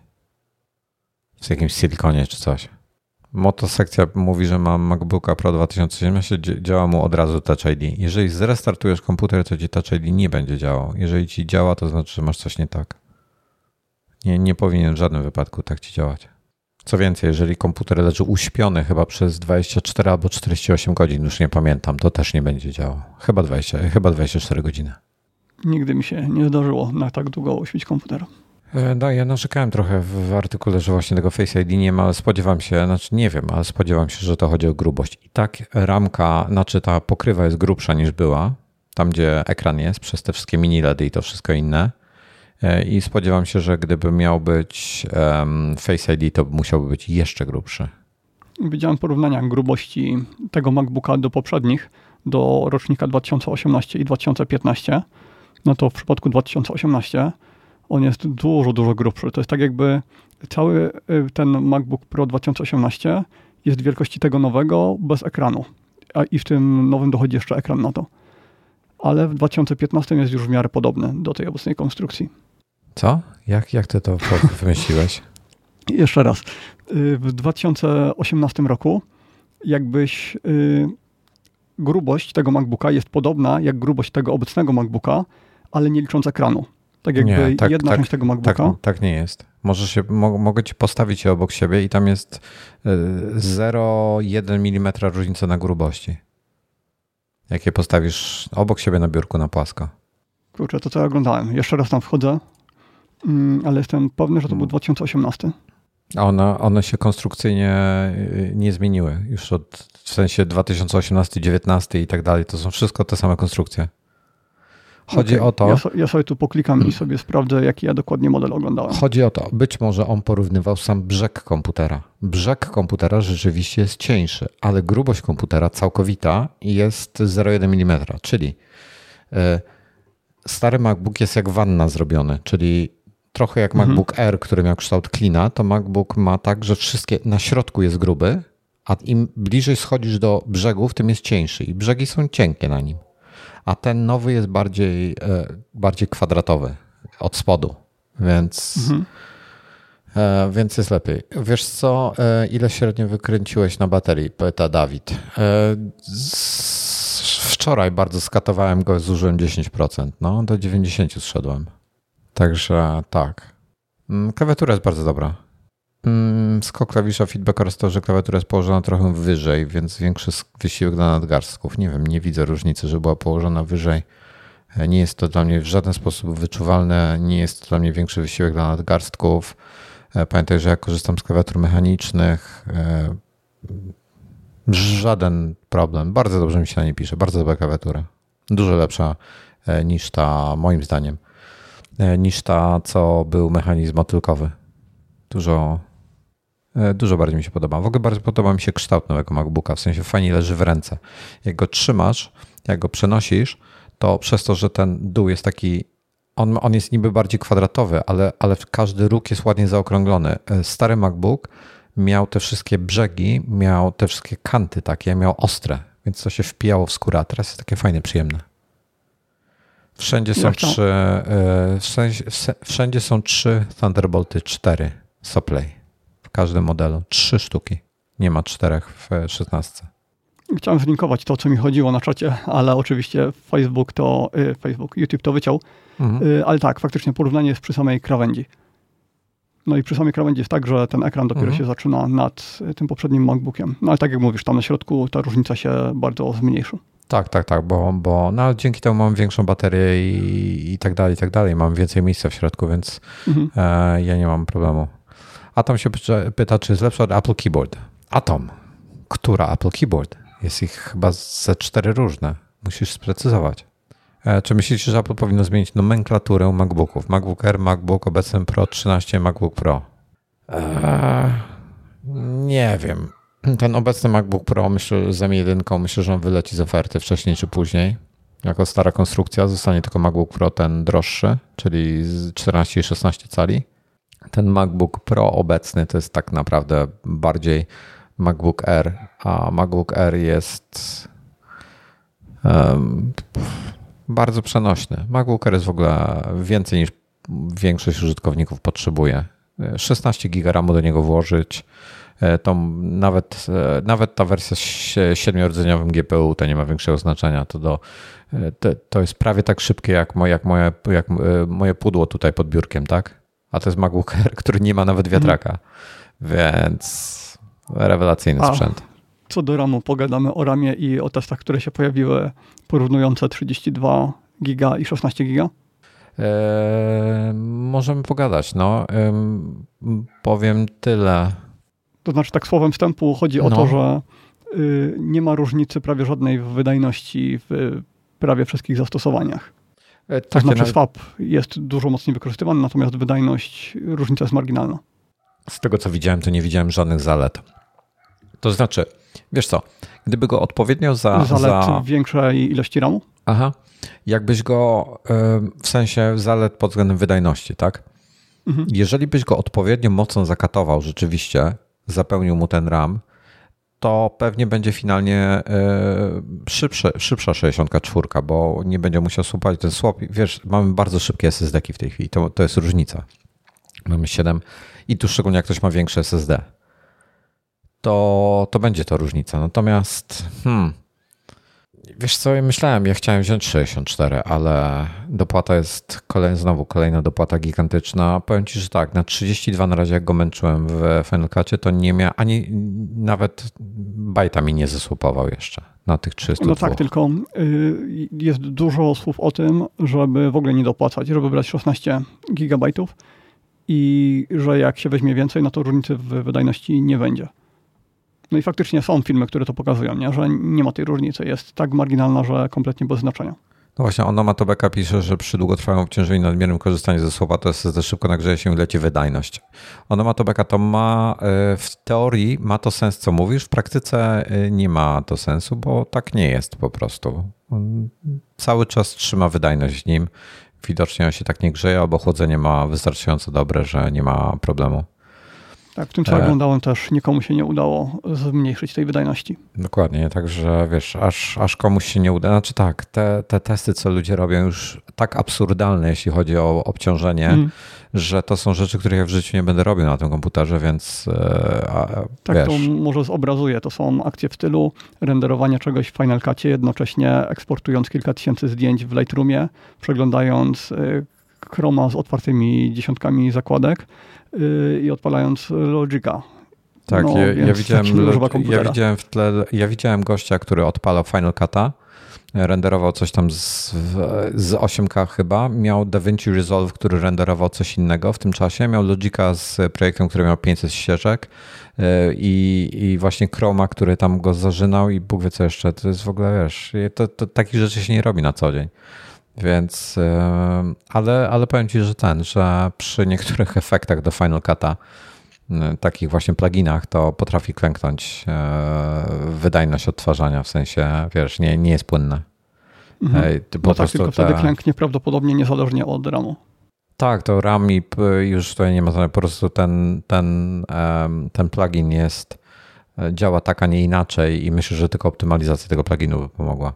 w jakimś silikonie czy coś. Motosekcja mówi, że mam MacBooka Pro dwa tysiące siedemnaście, działa mu od razu Touch I D. Jeżeli zrestartujesz komputer, to ci Touch I D nie będzie działał. Jeżeli ci działa, to znaczy, że masz coś nie tak. Nie, nie powinien w żadnym wypadku tak ci działać. Co więcej, jeżeli komputer leży uśpiony chyba przez dwadzieścia cztery albo czterdzieści osiem godzin, już nie pamiętam, to też nie będzie działał. Chyba dwadzieścia, chyba dwadzieścia cztery godziny. Nigdy mi się nie zdarzyło na tak długo uśpić komputer. No, ja narzekałem trochę w artykule, że właśnie tego Face I D nie ma, ale spodziewam się, znaczy nie wiem, ale spodziewam się, że to chodzi o grubość. I tak ramka, znaczy ta pokrywa jest grubsza niż była, tam gdzie ekran jest, przez te wszystkie mini L E D y i to wszystko inne. I spodziewam się, że gdyby miał być um, Face I D, to musiałby być jeszcze grubszy. Widziałem porównania grubości tego MacBooka do poprzednich, do rocznika dwa tysiące osiemnaście i dwa tysiące piętnaście. No to w przypadku dwa tysiące osiemnaście on jest dużo, dużo grubszy. To jest tak jakby cały ten MacBook Pro dwa tysiące osiemnaście jest wielkości tego nowego bez ekranu. A i w tym nowym dochodzi jeszcze ekran na to. Ale w dwa tysiące piętnastym jest już w miarę podobny do tej obecnej konstrukcji. Co? Jak, jak ty to wymyśliłeś? Jeszcze raz. W dwa tysiące osiemnastym roku jakbyś y, grubość tego MacBooka jest podobna jak grubość tego obecnego MacBooka, ale nie licząc ekranu. Tak jakby nie, tak, jedna tak, część tego MacBooka. Tak, tak nie jest. Możesz się, mo, mogę ci postawić je obok siebie i tam jest zero przecinek jeden milimetra różnica na grubości. Jak je postawisz obok siebie na biurku na płasko. Kurczę, to co ja oglądałem. Jeszcze raz tam wchodzę, ale jestem pewny, że to był dwa tysiące osiemnasty. A one, one się konstrukcyjnie nie zmieniły. Już od, w sensie dwa tysiące osiemnasty, dziewiętnasty i tak dalej. To są wszystko te same konstrukcje. Chodzi okay. o to... Ja, so, ja sobie tu poklikam i sobie sprawdzę, jaki ja dokładnie model oglądałem. Chodzi o to, być może on porównywał sam brzeg komputera. Brzeg komputera rzeczywiście jest cieńszy, ale grubość komputera całkowita jest zero przecinek jeden milimetra, czyli y, stary MacBook jest jak wanna zrobiony, czyli trochę jak mhm. MacBook Air, który miał kształt klina, to MacBook ma tak, że wszystkie na środku jest gruby, a im bliżej schodzisz do brzegów, tym jest cieńszy i brzegi są cienkie na nim. A ten nowy jest bardziej, bardziej kwadratowy od spodu, więc, mhm. więc jest lepiej. Wiesz co, ile średnio wykręciłeś na baterii? Pyta Dawid. Wczoraj bardzo skatowałem go, zużyłem dziesięć procent, no do dziewięćdziesiąt zszedłem. Także tak. Klawiatura jest bardzo dobra. Skok klawisza feedback oraz to, że klawiatura jest położona trochę wyżej, więc większy wysiłek dla nadgarstków. Nie wiem, nie widzę różnicy, że była położona wyżej. Nie jest to dla mnie w żaden sposób wyczuwalne, nie jest to dla mnie większy wysiłek dla nadgarstków. Pamiętaj, że ja korzystam z klawiatur mechanicznych. Żaden problem. Bardzo dobrze mi się na nie pisze. Bardzo dobra klawiatura. Dużo lepsza niż ta, moim zdaniem, niż ta, co był mechanizm motylkowy. Dużo, dużo bardziej mi się podoba. W ogóle bardzo podoba mi się kształt nowego MacBooka, w sensie fajnie leży w ręce. Jak go trzymasz, jak go przenosisz, to przez to, że ten dół jest taki, on, on jest niby bardziej kwadratowy, ale, ale każdy róg jest ładnie zaokrąglony. Stary MacBook miał te wszystkie brzegi, miał te wszystkie kanty takie, miał ostre, więc to się wpijało w skórę, a teraz jest takie fajne, przyjemne. Wszędzie są trzy, wszędzie, wszędzie są trzy Thunderbolty cztery SoPlay. każdym modelu. Trzy sztuki. Nie ma czterech w szesnastce. Chciałem zlinkować to, co mi chodziło na czacie, ale oczywiście Facebook to, y, Facebook, YouTube to wyciął. Mhm. Y, ale tak, faktycznie porównanie jest przy samej krawędzi. No i przy samej krawędzi jest tak, że ten ekran dopiero mhm. się zaczyna nad tym poprzednim MacBookiem. No ale tak jak mówisz, tam na środku ta różnica się bardzo zmniejszy. Tak, tak, tak, bo, bo no, dzięki temu mam większą baterię i, i tak dalej, i tak dalej. Mam więcej miejsca w środku, więc mhm. e, ja nie mam problemu. Atom się pyta, czy jest lepszy od Apple Keyboard. Atom. Która Apple Keyboard? Jest ich chyba ze cztery różne. Musisz sprecyzować. E, czy myślicie, że Apple powinno zmienić nomenklaturę MacBooków? MacBook Air, MacBook obecny Pro trzynaście, MacBook Pro. E, nie wiem. Ten obecny MacBook Pro, myślę, z M jeden, myślę, że on wyleci z oferty wcześniej czy później. Jako stara konstrukcja zostanie tylko MacBook Pro ten droższy, czyli z czternaście i szesnaście cali. Ten MacBook Pro obecny to jest tak naprawdę bardziej MacBook Air, a MacBook Air jest um, bardzo przenośny. MacBook Air jest w ogóle więcej niż większość użytkowników potrzebuje. szesnaście giga ramu do niego włożyć, to nawet, nawet ta wersja z siedmiorodzeniowych G P U to nie ma większego znaczenia. To, do, to, to jest prawie tak szybkie jak moje, jak, moje, jak moje pudło tutaj pod biurkiem, tak? A to jest MacBook Air, który nie ma nawet wiatraka, hmm. więc rewelacyjny A, sprzęt. Co do ramu, pogadamy o ramie i o testach, które się pojawiły porównujące trzydzieści dwa giga i szesnaście giga? Eee, możemy pogadać, no. Eee, powiem tyle. To znaczy tak słowem wstępu chodzi no. o to, że y, nie ma różnicy prawie żadnej w wydajności w prawie wszystkich zastosowaniach. E, tak, to znaczy na... swap jest dużo mocniej wykorzystywany, natomiast wydajność, różnica jest marginalna. Z tego co widziałem, to nie widziałem żadnych zalet. To znaczy, wiesz co, gdyby go odpowiednio za... Zalet za... większej ilości ramu? Aha. Jakbyś go w sensie zalet pod względem wydajności, tak? Mhm. Jeżeli byś go odpowiednio mocno zakatował rzeczywiście, zapełnił mu ten RAM, to pewnie będzie finalnie szybsze, szybsza sześćdziesiąt cztery, bo nie będzie musiał słupać ten swap. Wiesz, mamy bardzo szybkie S S D-ki w tej chwili, to, to jest różnica. Mamy siedem i tu szczególnie jak ktoś ma większe S S D, to, to będzie to różnica. Natomiast hmm, wiesz co, ja myślałem, ja chciałem wziąć sześćdziesiąt cztery, ale dopłata jest kolej, znowu kolejna dopłata gigantyczna. Powiem ci, że tak, na trzydzieści dwa na razie jak go męczyłem w Final Cutie, to nie miał, ani nawet bajta mi nie zesłupował jeszcze na tych trzystu. No tak, tylko y, jest dużo słów o tym, żeby w ogóle nie dopłacać, żeby brać szesnaście gigabajtów i że jak się weźmie więcej, no to różnicy w wydajności nie będzie. No i faktycznie są filmy, które to pokazują, nie? Że nie ma tej różnicy. Jest tak marginalna, że kompletnie bez znaczenia. No właśnie, Onomatobeka pisze, że przy długotrwałym obciążeniu i nadmiernym korzystaniu ze słowa to S S D szybko nagrzeje się i leci wydajność. Onomatobeka to ma, w teorii ma to sens, co mówisz, w praktyce nie ma to sensu, bo tak nie jest po prostu. On cały czas trzyma wydajność w nim. Widocznie on się tak nie grzeje, albo chłodzenie ma wystarczająco dobre, że nie ma problemu. Tak, w tym co e... oglądałem też nikomu się nie udało zmniejszyć tej wydajności. Dokładnie, także wiesz, aż, aż komuś się nie uda. Znaczy tak, te, te testy, co ludzie robią już tak absurdalne, jeśli chodzi o obciążenie, mm. że to są rzeczy, których ja w życiu nie będę robił na tym komputerze, więc a, tak, wiesz. To może zobrazuję. To są akcje w stylu renderowania czegoś w Final Cutie, jednocześnie eksportując kilka tysięcy zdjęć w Lightroomie, przeglądając Chroma z otwartymi dziesiątkami zakładek i odpalając Logica. Tak, no, ja, ja, widziałem, ja widziałem w tle, ja widziałem gościa, który odpalał Final Cut'a, renderował coś tam z, z osiem K chyba, miał DaVinci Resolve, który renderował coś innego w tym czasie, miał Logica z projektem, który miał pięćset ścieżek i, i właśnie Chroma, który tam go zażynał i Bóg wie co jeszcze, to jest w ogóle, wiesz, to, to takich rzeczy się nie robi na co dzień. Więc, ale, ale powiem ci, że ten, że przy niektórych efektach do Final Cut'a, takich właśnie pluginach, to potrafi klęknąć wydajność odtwarzania, w sensie, wiesz, nie, nie jest płynne. Mhm. Po no tak, tylko te... wtedy klęknie prawdopodobnie niezależnie od ramu. Tak, to RAM i już tutaj nie ma, po prostu ten, ten, ten plugin jest, działa tak, a nie inaczej i myślę, że tylko optymalizacja tego pluginu by pomogła.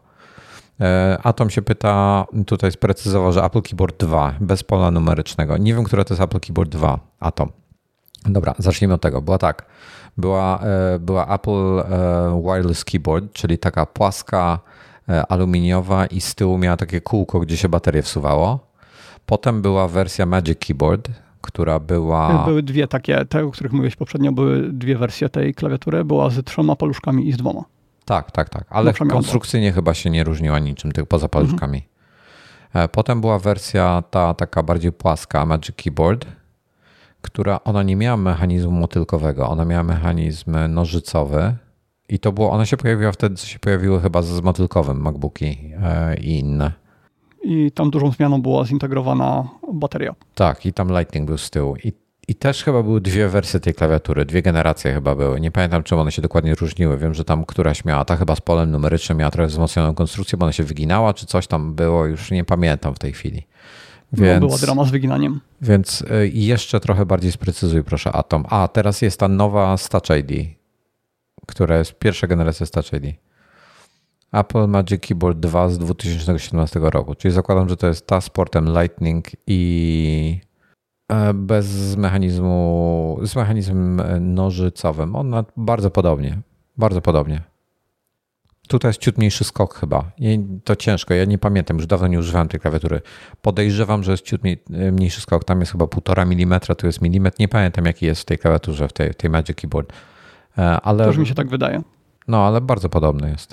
Atom się pyta, tutaj sprecyzował, że Apple Keyboard dwa, bez pola numerycznego. Nie wiem, które to jest Apple Keyboard dwa, Atom. Dobra, zacznijmy od tego. Była tak, była, była Apple Wireless Keyboard, czyli taka płaska, aluminiowa i z tyłu miała takie kółko, gdzie się baterię wsuwało. Potem była wersja Magic Keyboard, która była... Były dwie takie, te, o których mówiłeś poprzednio, były dwie wersje tej klawiatury. Była z trzema paluszkami i z dwoma. Tak, tak, tak. Ale konstrukcyjnie chyba się nie różniła niczym, tylko poza paluszkami. Mhm. Potem była wersja ta taka bardziej płaska, Magic Keyboard, która ona nie miała mechanizmu motylkowego, ona miała mechanizm nożycowy i to było, ona się pojawiła wtedy, co się pojawiły chyba z motylkowym MacBooki i inne. I tam dużą zmianą była zintegrowana bateria. Tak, i tam Lightning był z tyłu. I, i też chyba były dwie wersje tej klawiatury, dwie generacje chyba były. Nie pamiętam, czym one się dokładnie różniły. Wiem, że tam któraś miała, ta chyba z polem numerycznym miała trochę wzmocnioną konstrukcję, bo ona się wyginała, czy coś tam było, już nie pamiętam w tej chwili. Więc, no, była drama z wyginaniem. Więc jeszcze trochę bardziej sprecyzuj, proszę, Atom. A, teraz jest ta nowa z Touch I D, która jest pierwsza generacja z Touch I D. Apple Magic Keyboard dwa z dwa tysiące siedemnastego roku, czyli zakładam, że to jest ta z portem Lightning i bez mechanizmu, z mechanizmem nożycowym. Ona bardzo podobnie, bardzo podobnie. Tutaj jest ciut mniejszy skok chyba. To ciężko, ja nie pamiętam, już dawno nie używałem tej klawiatury. Podejrzewam, że jest ciut mniejszy skok, tam jest chyba półtora milimetra, tu jest milimetr. Nie pamiętam, jaki jest w tej klawiaturze, w tej, tej Magic Keyboard. Ale, też mi się tak wydaje. No, ale bardzo podobny jest.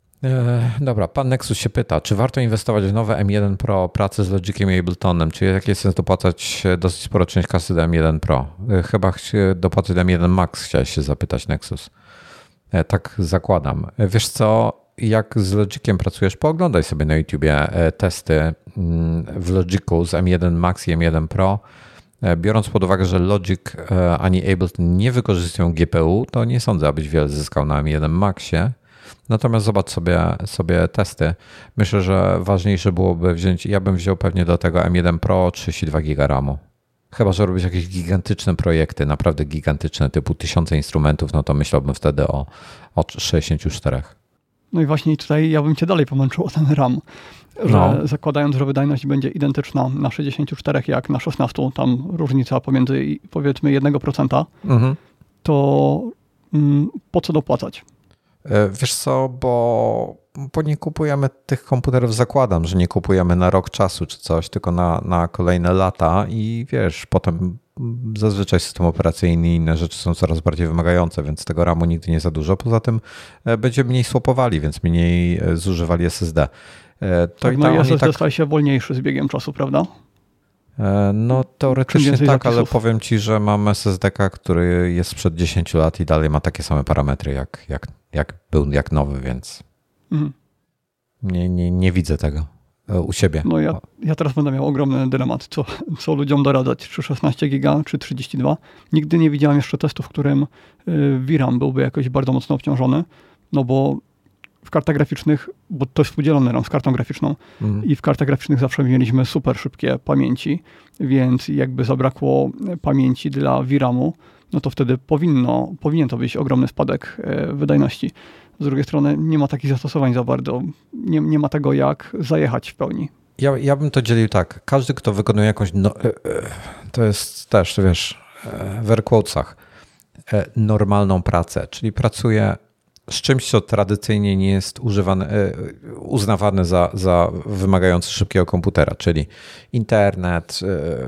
Dobra, pan Nexus się pyta, czy warto inwestować w nowe M jeden Pro pracy z Logiciem i Abletonem? Czy jaki jest sens dopłacać dosyć sporo część kasy do M jeden Pro? Chyba dopłacać do M jeden Max chciałeś się zapytać, Nexus. Tak zakładam. Wiesz co, jak z Logiciem pracujesz, pooglądaj sobie na YouTubie testy w Logicu z M jeden Max i M jeden Pro. Biorąc pod uwagę, że Logic ani Ableton nie wykorzystują G P U, to nie sądzę, abyś wiele zyskał na M jeden Maxie. Natomiast zobacz sobie, sobie testy. Myślę, że ważniejsze byłoby wziąć, ja bym wziął pewnie do tego M jeden Pro trzydzieści dwa giga ramu. Chyba że robisz jakieś gigantyczne projekty, naprawdę gigantyczne, typu tysiące instrumentów, no to myślałbym wtedy o, o sześćdziesięciu czterech. No i właśnie tutaj ja bym cię dalej pomęczył o ten RAM, że no. Zakładając, że wydajność będzie identyczna na sześćdziesięciu czterech jak na szesnastu, tam różnica pomiędzy powiedzmy jeden procent, mhm. to mm, po co dopłacać? Wiesz co, bo, bo nie kupujemy tych komputerów, zakładam, że nie kupujemy na rok czasu czy coś, tylko na, na kolejne lata i wiesz, potem zazwyczaj system operacyjny i inne rzeczy są coraz bardziej wymagające, więc tego ramu nigdy nie za dużo. Poza tym będziemy mniej swapowali, więc mniej zużywali S S D. To tak, i no i S S D tak... staje się wolniejszy z biegiem czasu, prawda? No teoretycznie tak, ale powiem ci, że mam S S D ka, który jest sprzed dziesięciu lat i dalej ma takie same parametry jak, jak, jak był, jak nowy, więc mhm. nie, nie, nie widzę tego u siebie. No ja, ja teraz będę miał ogromny dylemat, co, co ludziom doradzać, czy szesnaście giga, czy trzydzieści dwa. Nigdy nie widziałem jeszcze testu, w którym V RAM byłby jakoś bardzo mocno obciążony, no bo w kartach graficznych, bo to jest podzielony RAM z kartą graficzną mhm. i w kartach graficznych zawsze mieliśmy super szybkie pamięci, więc jakby zabrakło pamięci dla V ramu, no to wtedy powinno, powinien to być ogromny spadek wydajności. Z drugiej strony nie ma takich zastosowań za bardzo, nie, nie ma tego jak zajechać w pełni. Ja, ja bym to dzielił tak, każdy kto wykonuje jakąś, no, to jest też, wiesz, w air quotesach, normalną pracę, czyli pracuje z czymś, co tradycyjnie nie jest używane, uznawane za, za wymagający szybkiego komputera, czyli internet,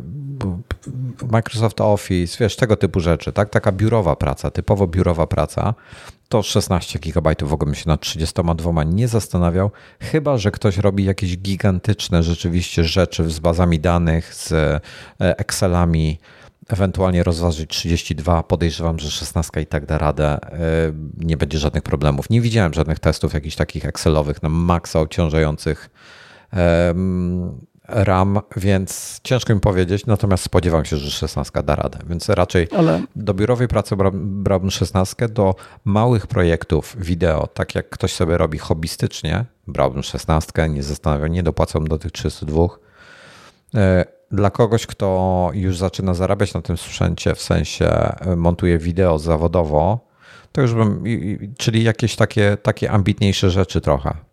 Microsoft Office, wiesz, tego typu rzeczy, tak? Taka biurowa praca, typowo biurowa praca, to szesnaście gigabajtów w ogóle bym się nad trzydziestoma dwoma nie zastanawiał, chyba że ktoś robi jakieś gigantyczne rzeczywiście rzeczy z bazami danych, z Excelami, ewentualnie rozważyć trzydzieści dwa, podejrzewam, że szesnastka i tak da radę, nie będzie żadnych problemów. Nie widziałem żadnych testów jakichś takich Excelowych na maksa obciążających RAM, więc ciężko mi powiedzieć, natomiast spodziewam się, że szesnastka da radę, więc raczej Ale... do biurowej pracy brałbym szesnastkę, do małych projektów wideo, tak jak ktoś sobie robi hobbystycznie, brałbym szesnastkę, nie zastanawiam, nie dopłacam do tych trzydziestu dwóch. Dla kogoś, kto już zaczyna zarabiać na tym sprzęcie, w sensie montuje wideo zawodowo, to już bym, czyli jakieś takie, takie ambitniejsze rzeczy trochę.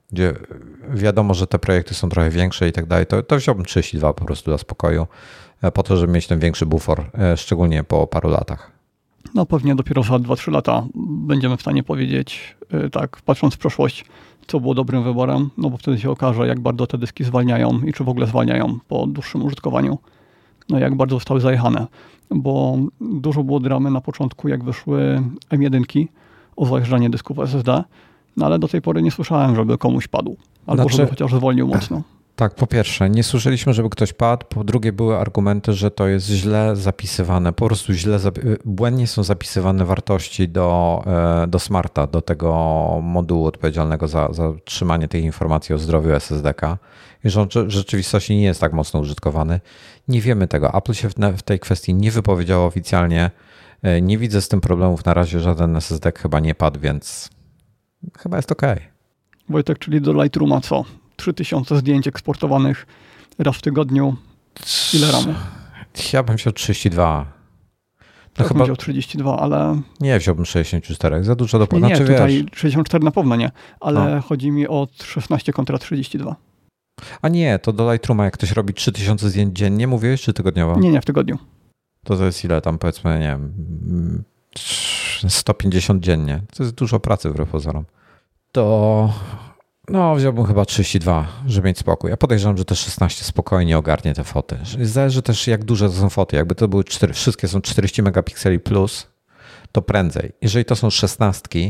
gdzie wiadomo, że te projekty są trochę większe i tak dalej, to, to wziąłbym trzydzieści dwa po prostu dla spokoju, po to, żeby mieć ten większy bufor, szczególnie po paru latach. No pewnie dopiero za dwa trzy lata będziemy w stanie powiedzieć, tak patrząc w przeszłość, co było dobrym wyborem, no bo wtedy się okaże, jak bardzo te dyski zwalniają i czy w ogóle zwalniają po dłuższym użytkowaniu. No jak bardzo zostały zajechane, bo dużo było dramy na początku, jak wyszły M jeden o zajeżdżanie dysków S S D, no ale do tej pory nie słyszałem, żeby komuś padł, albo znaczy, żeby chociaż zwolnił mocno. Tak, po pierwsze, nie słyszeliśmy, żeby ktoś padł, po drugie były argumenty, że to jest źle zapisywane, po prostu źle, błędnie są zapisywane wartości do, do smarta, do tego modułu odpowiedzialnego za, za trzymanie tych informacji o zdrowiu S S D ka i że on w rzeczywistości nie jest tak mocno użytkowany. Nie wiemy tego. Apple się w tej kwestii nie wypowiedziało oficjalnie. Nie widzę z tym problemów na razie, żaden S S D chyba nie padł, więc chyba jest okej. Okay. Wojtek, czyli do Lightrooma co? trzy tysiące zdjęć eksportowanych raz w tygodniu. Ile ramu? Ja bym wziął trzydzieści dwa. No ja chyba wziął trzydzieści dwa, ale... Nie, wziąłbym sześćdziesiąt cztery. Za dużo do... Nie, nie znaczy, tutaj wiesz... sześćdziesiąt cztery na pewno nie, ale no. Chodzi mi o szesnaście kontra trzydzieści dwa. A nie, to do Lightrooma jak ktoś robi trzy tysiące zdjęć dziennie, mówiłeś, czy tygodniowo? Nie, nie, w tygodniu. To to jest ile tam, powiedzmy, nie wiem, sto pięćdziesiąt dziennie. To jest dużo pracy wbrew pozorom. To... No, wziąłbym chyba trzydzieści dwa, żeby mieć spokój. Ja podejrzewam, że te szesnaście spokojnie ogarnie te foty. Zależy też, jak duże to są foty. Jakby to były cztery, wszystkie są czterdzieści megapikseli plus, to prędzej. Jeżeli to są szesnastki,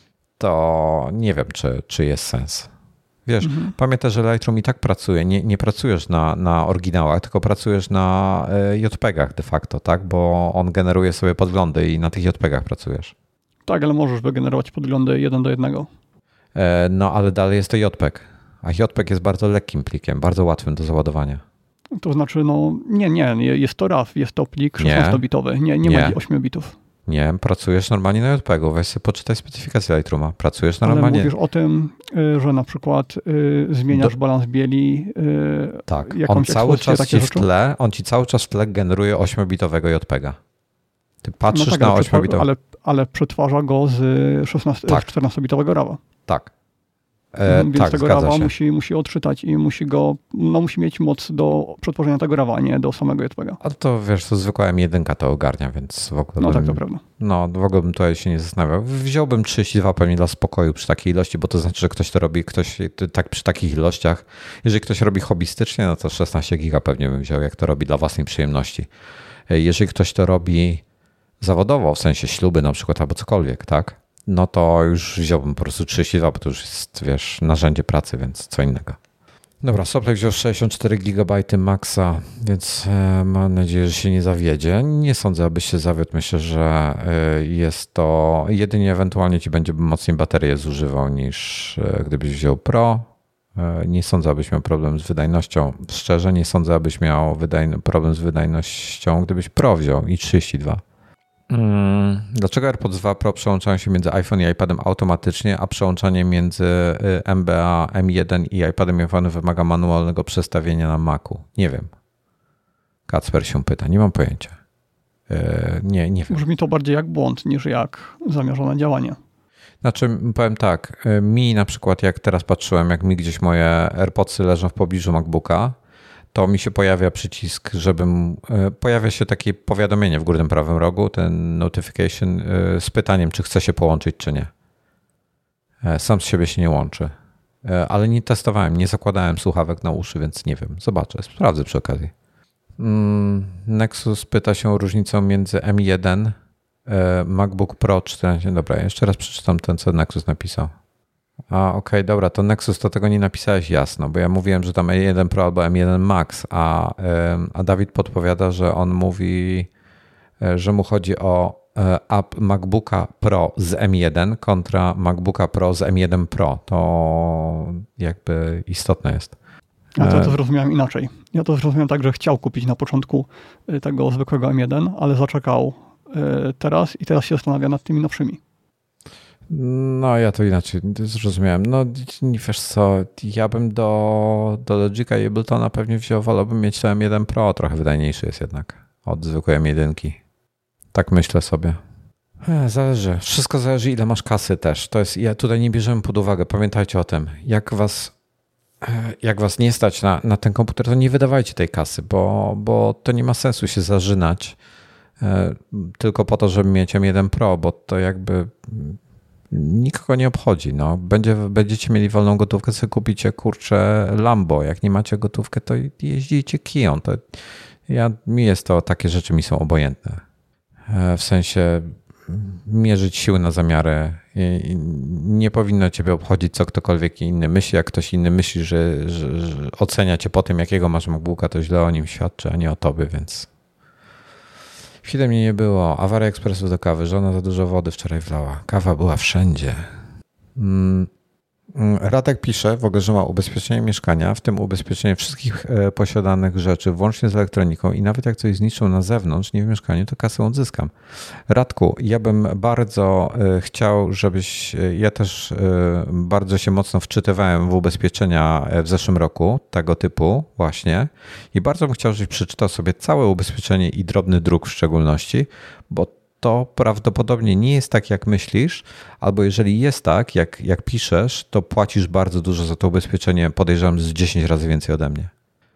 to nie wiem, czy, czy jest sens. Wiesz, mhm. Pamiętaj, że Lightroom i tak pracuje. Nie, nie pracujesz na, na oryginałach, tylko pracujesz na J P G-ach de facto, tak? Bo on generuje sobie podglądy i na tych J P G-ach pracujesz. Tak, ale możesz wygenerować podglądy jeden do jednego. No, ale dalej jest to J P G, a J P G jest bardzo lekkim plikiem, bardzo łatwym do załadowania. To znaczy, no nie, nie, jest to R A W, jest to plik szesnastobitowy, nie, nie, nie ma osiem bitów. Nie, pracujesz normalnie na J P G-u, weź sobie poczytaj specyfikację Lightrooma, pracujesz normalnie. Ale mówisz o tym, że na przykład y, zmieniasz do... balans bieli, y, tak, on cały czas ci w tle, on ci cały czas w tle generuje ośmiobitowego J P G-a. Ty patrzysz no tak, na ośmiobitowy. Ale, ale przetwarza go z czternastobitowego R A W-a. Tak. E, Więc tak, tego R A W-a musi, musi odczytać i musi go, no musi mieć moc do przetworzenia tego R A W-a, nie do samego J P G-a. Ale to wiesz, to zwykła M jeden to ogarnia, więc w ogóle No bym, tak, to prawda. No w ogóle bym tutaj się nie zastanawiał. Wziąłbym trzydzieści dwa pewnie dla spokoju przy takiej ilości, bo to znaczy, że ktoś to robi, ktoś tak przy takich ilościach. Jeżeli ktoś robi hobbystycznie, no to szesnaście giga pewnie bym wziął, jak to robi dla własnej przyjemności. Jeżeli ktoś to robi zawodowo, w sensie śluby na przykład albo cokolwiek, tak? No to już wziąłbym po prostu trzydzieści dwa, bo to już jest, wiesz, narzędzie pracy, więc co innego. Dobra, Soplek wziął sześćdziesiąt cztery gigabajty maxa, więc e, mam nadzieję, że się nie zawiedzie. Nie sądzę, abyś się zawiódł. Myślę, że e, jest to jedynie ewentualnie ci będzie mocniej baterię zużywał niż e, gdybyś wziął Pro. E, nie sądzę, abyś miał problem z wydajnością. Szczerze, nie sądzę, abyś miał wydajny, problem z wydajnością, gdybyś Pro wziął i trzydzieści dwa. Hmm. Dlaczego AirPods dwa Pro przełączają się między iPhone i iPadem automatycznie, a przełączanie między M B A M jeden i iPadem M jeden wymaga manualnego przestawienia na Macu? Nie wiem. Kacper się pyta, nie mam pojęcia. Yy, nie, nie wiem. Brzmi to bardziej jak błąd niż jak zamierzone działanie. Znaczy, powiem tak, mi na przykład jak teraz patrzyłem, jak mi gdzieś moje AirPodsy leżą w pobliżu MacBooka, to mi się pojawia przycisk, żebym, pojawia się takie powiadomienie w górnym prawym rogu, ten notification z pytaniem, czy chce się połączyć, czy nie. Sam z siebie się nie łączy. Ale nie testowałem, nie zakładałem słuchawek na uszy, więc nie wiem. Zobaczę, sprawdzę przy okazji. Nexus pyta się o różnicę między M jeden, MacBook Pro czternaście. Dobra, jeszcze raz przeczytam ten, co Nexus napisał. A okej, okay, dobra, to Nexus to tego nie napisałeś jasno, bo ja mówiłem, że tam M jeden Pro albo M jeden Max, a, a Dawid podpowiada, że on mówi, że mu chodzi o app MacBooka Pro z M jeden kontra MacBooka Pro z M jeden Pro. To jakby istotne jest. Ja to, to zrozumiałem inaczej. Ja to zrozumiałem tak, że chciał kupić na początku tego zwykłego M jeden, ale zaczekał teraz i teraz się zastanawia nad tymi nowszymi. No ja to inaczej zrozumiałem. No wiesz co, ja bym do, do Logica i Abletona pewnie wziął, wolałbym mieć to M jeden Pro, trochę wydajniejszy jest jednak od zwykłej M jeden. Tak myślę sobie. Zależy. Wszystko zależy, ile masz kasy też. To jest, ja tutaj nie bierzemy pod uwagę. Pamiętajcie o tym. Jak was, jak was nie stać na, na ten komputer, to nie wydawajcie tej kasy, bo, bo to nie ma sensu się zażynać tylko po to, żeby mieć M jeden Pro, bo to jakby nikogo nie obchodzi. No. Będzie, będziecie mieli wolną gotówkę, sobie kupicie kurczę Lambo. Jak nie macie gotówkę, to jeździcie Kiją. To ja, mi jest to, takie rzeczy mi są obojętne. W sensie mierzyć siły na zamiary. Nie powinno ciebie obchodzić, co ktokolwiek inny myśli. Jak ktoś inny myśli, że, że, że ocenia cię po tym, jakiego masz MacBooka, to źle o nim świadczy, a nie o tobie, więc chwilę mnie nie było. Awaria ekspresu do kawy. Żona za dużo wody wczoraj wlała. Kawa była wszędzie. Mm. Radek pisze w ogóle, że ma ubezpieczenie mieszkania, w tym ubezpieczenie wszystkich posiadanych rzeczy, włącznie z elektroniką i nawet jak coś zniszczą na zewnątrz, nie w mieszkaniu, to kasę odzyskam. Radku, ja bym bardzo chciał, żebyś, ja też bardzo się mocno wczytywałem w ubezpieczenia w zeszłym roku, tego typu właśnie i bardzo bym chciał, żebyś przeczytał sobie całe ubezpieczenie i drobny druk w szczególności, bo to prawdopodobnie nie jest tak, jak myślisz, albo jeżeli jest tak, jak, jak piszesz, to płacisz bardzo dużo za to ubezpieczenie, podejrzewam z dziesięć razy więcej ode mnie.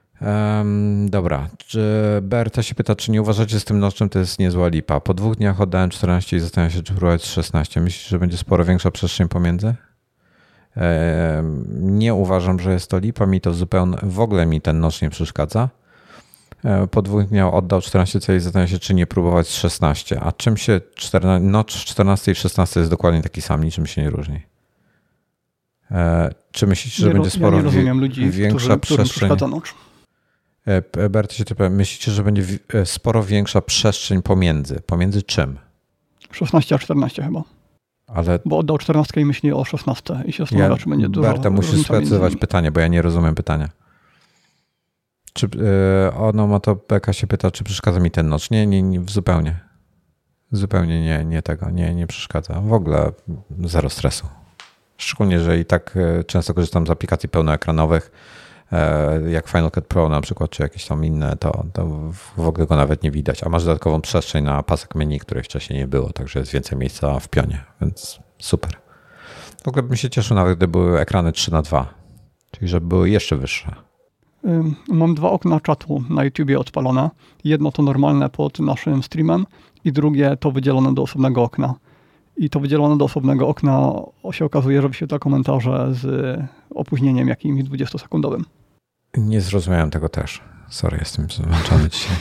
Um, dobra, Berta się pyta, czy nie uważacie, że z tym nocznym to jest niezła lipa? Po dwóch dniach oddałem czternaście i zastanawiam się, czy próbować szesnaście. Myślisz, że będzie sporo większa przestrzeń pomiędzy? Um, nie uważam, że jest to lipa, mi to zupełnie, w ogóle mi ten nocz nie przeszkadza. Po dwóch dniach oddał czternaście cali i zastanawiam się, czy nie próbować z szesnaście. A czym się czternaście, notch czternaście i szesnaście jest dokładnie taki sam, niczym się nie różni. E, czy myślicie, że nie, będzie sporo ja nie rozumiem ludzi, większa którzy, przestrzeń? Notch. E, Berty się typie, myślicie, że będzie sporo większa przestrzeń pomiędzy? Pomiędzy czym? szesnaście a czternaście chyba. Ale... Bo oddał czternastkę i myśli o szesnaście i się zastanawia, ja, czy będzie dużo. Berta, musisz sprecyzować pytanie, bo ja nie rozumiem pytania. Czy yy, ono ma to, Beka się pyta, czy przeszkadza mi ten nocz? Nie, nie, nie, zupełnie. Zupełnie nie, nie tego, nie, nie przeszkadza. W ogóle zero stresu. Szczególnie, że i tak często korzystam z aplikacji pełnoekranowych, jak Final Cut Pro na przykład, czy jakieś tam inne, to, to w ogóle go nawet nie widać. A masz dodatkową przestrzeń na pasek menu, której wcześniej nie było, także jest więcej miejsca w pionie, więc super. W ogóle bym się cieszył nawet, gdyby były ekrany trzy na dwa, czyli żeby były jeszcze wyższe. Mam dwa okna czatu na YouTubie odpalone. Jedno to normalne pod naszym streamem i drugie to wydzielone do osobnego okna. I to wydzielone do osobnego okna się okazuje, że wyświetla komentarze z opóźnieniem jakimś dwudziestosekundowym. Nie zrozumiałem tego też. Sorry, jestem zmęczony dzisiaj.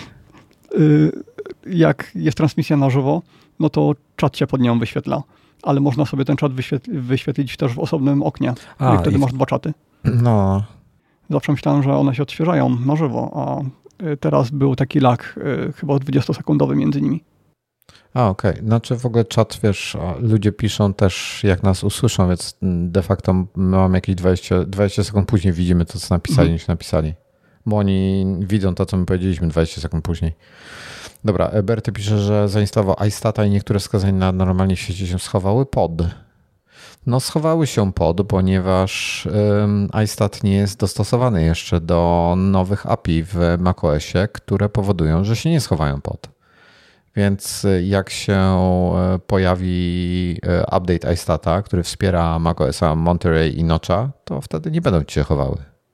Jak jest transmisja na żywo, no to czat się pod nią wyświetla. Ale można sobie ten czat wyświetl- wyświetlić też w osobnym oknie. A, wtedy i... masz dwa czaty. No... Zawsze myślałem, że one się odświeżają na żywo, a teraz był taki lag chyba dwudziestosekundowy między nimi. A, okej. Okay. Znaczy w ogóle czat, wiesz, ludzie piszą też jak nas usłyszą, więc de facto my mamy jakieś dwadzieścia, dwadzieścia sekund później widzimy to, co napisali, mhm. niż napisali. Bo oni widzą to, co my powiedzieliśmy dwadzieścia sekund później. Dobra, Berty pisze, że zainstalował iStata i niektóre wskazania na normalnie w świecie się schowały pod. No schowały się pod, ponieważ um, iStat nie jest dostosowany jeszcze do nowych A P I w macOSie, które powodują, że się nie schowają pod. Więc jak się pojawi update iStata, który wspiera macOSa, Monterey i Notcha, to wtedy nie będą ci się chowały.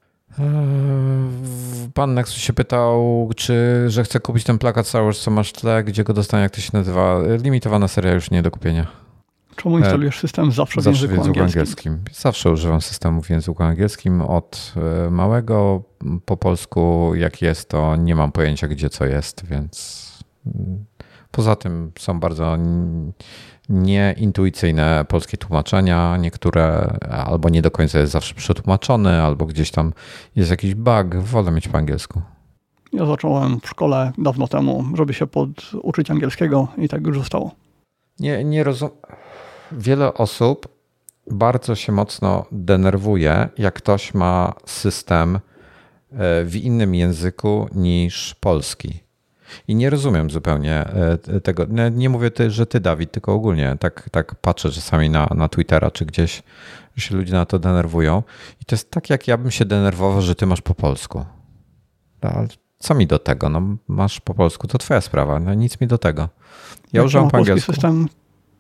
Pan Nexus się pytał, czy że chce kupić ten plakat Star Wars, co masz w tle, gdzie go dostanie, jak to się nazywa. Limitowana seria już nie do kupienia. Czemu instalujesz system zawsze w zawsze języku, w języku angielskim? angielskim? Zawsze używam systemu w języku angielskim. Od małego po polsku, jak jest, to nie mam pojęcia, gdzie co jest, więc poza tym są bardzo nieintuicyjne polskie tłumaczenia. Niektóre albo nie do końca jest zawsze przetłumaczone, albo gdzieś tam jest jakiś bug. Wolę mieć po angielsku. Ja zacząłem w szkole dawno temu, żeby się poduczyć angielskiego i tak już zostało. Nie, nie rozumiem. Wiele osób bardzo się mocno denerwuje, jak ktoś ma system w innym języku niż polski. I nie rozumiem zupełnie tego. Nie mówię, ty, że ty, Dawid, tylko ogólnie. Tak, tak patrzę czasami na, na Twittera czy gdzieś, że się ludzie na to denerwują. I to jest tak, jak ja bym się denerwował, że ty masz po polsku. Ale co mi do tego? No, masz po polsku, to twoja sprawa. No, nic mi do tego. Ja jak używam po angielsku. System,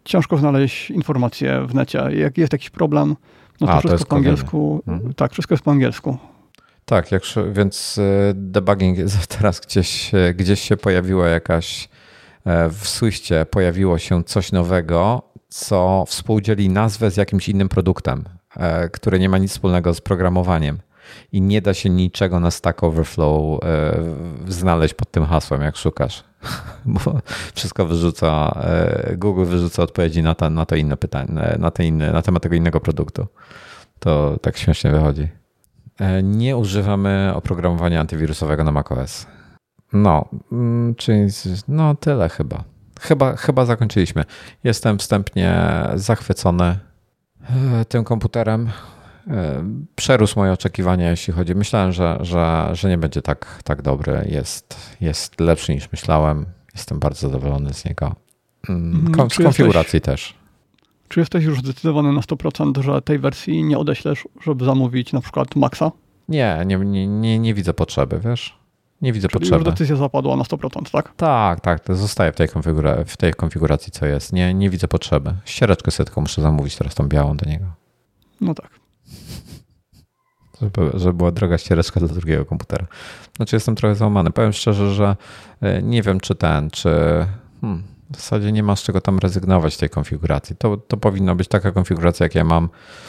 ciężko znaleźć informacje w necie. Jak jest jakiś problem, no to A, wszystko to po angielsku. Mhm. Tak, wszystko jest po angielsku. Tak, jak, więc debugging teraz gdzieś, gdzieś się pojawiła jakaś, w Swiftie pojawiło się coś nowego, co współdzieli nazwę z jakimś innym produktem, który nie ma nic wspólnego z programowaniem i nie da się niczego na Stack Overflow znaleźć pod tym hasłem, jak szukasz. Bo wszystko wyrzuca, Google wyrzuca odpowiedzi na, ta, na to inne pytanie, na, te inne, na temat tego innego produktu. To tak śmiesznie wychodzi. Nie używamy oprogramowania antywirusowego na macOS. No, czyli no tyle chyba. Chyba, chyba zakończyliśmy. Jestem wstępnie zachwycony tym komputerem. Przerósł moje oczekiwania, jeśli chodzi. Myślałem, że, że, że nie będzie tak, tak dobry. Jest, jest lepszy niż myślałem. Jestem bardzo zadowolony z niego. Kon- z konfiguracji jesteś, też. Czy jesteś już zdecydowany na sto procent, że tej wersji nie odeślesz, żeby zamówić na przykład Maxa? Nie, nie, nie, nie, nie widzę potrzeby, wiesz? Nie widzę Czyli potrzeby. już decyzja zapadła na sto procent, tak? Tak, tak. To zostaje w tej, konfigura- w tej konfiguracji, co jest. Nie, nie widzę potrzeby. Ściereczkę sobie tylko muszę zamówić teraz tą białą do niego. No tak. Żeby, żeby była droga ściereczka dla drugiego komputera. Znaczy jestem trochę załamany. Powiem szczerze, że nie wiem, czy ten, czy... Hmm, w zasadzie nie ma z czego tam rezygnować z tej konfiguracji. To, to powinna być taka konfiguracja, jak ja mam.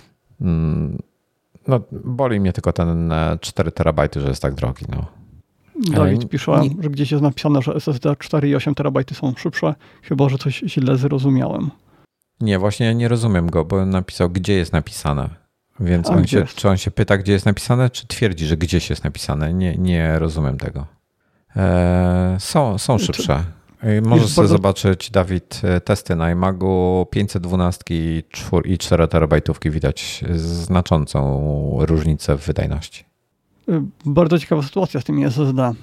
No, boli mnie tylko ten cztery terabajty, że jest tak drogi. No. Dawid pisze, nie... że gdzieś jest napisane, że S S D cztery i osiem terabajty są szybsze, chyba że coś źle zrozumiałem. Nie, właśnie nie rozumiem go, bo on napisał, gdzie jest napisane. Więc A, on się, jest? czy on się pyta, gdzie jest napisane, czy twierdzi, że gdzieś jest napisane. Nie, nie rozumiem tego. Eee, są, są szybsze. Możesz sobie bardzo... zobaczyć, Dawid, testy na iMagu pięćset dwanaście i cztery terabajtówki. Widać znaczącą różnicę w wydajności. Bardzo ciekawa sytuacja z tymi S S D.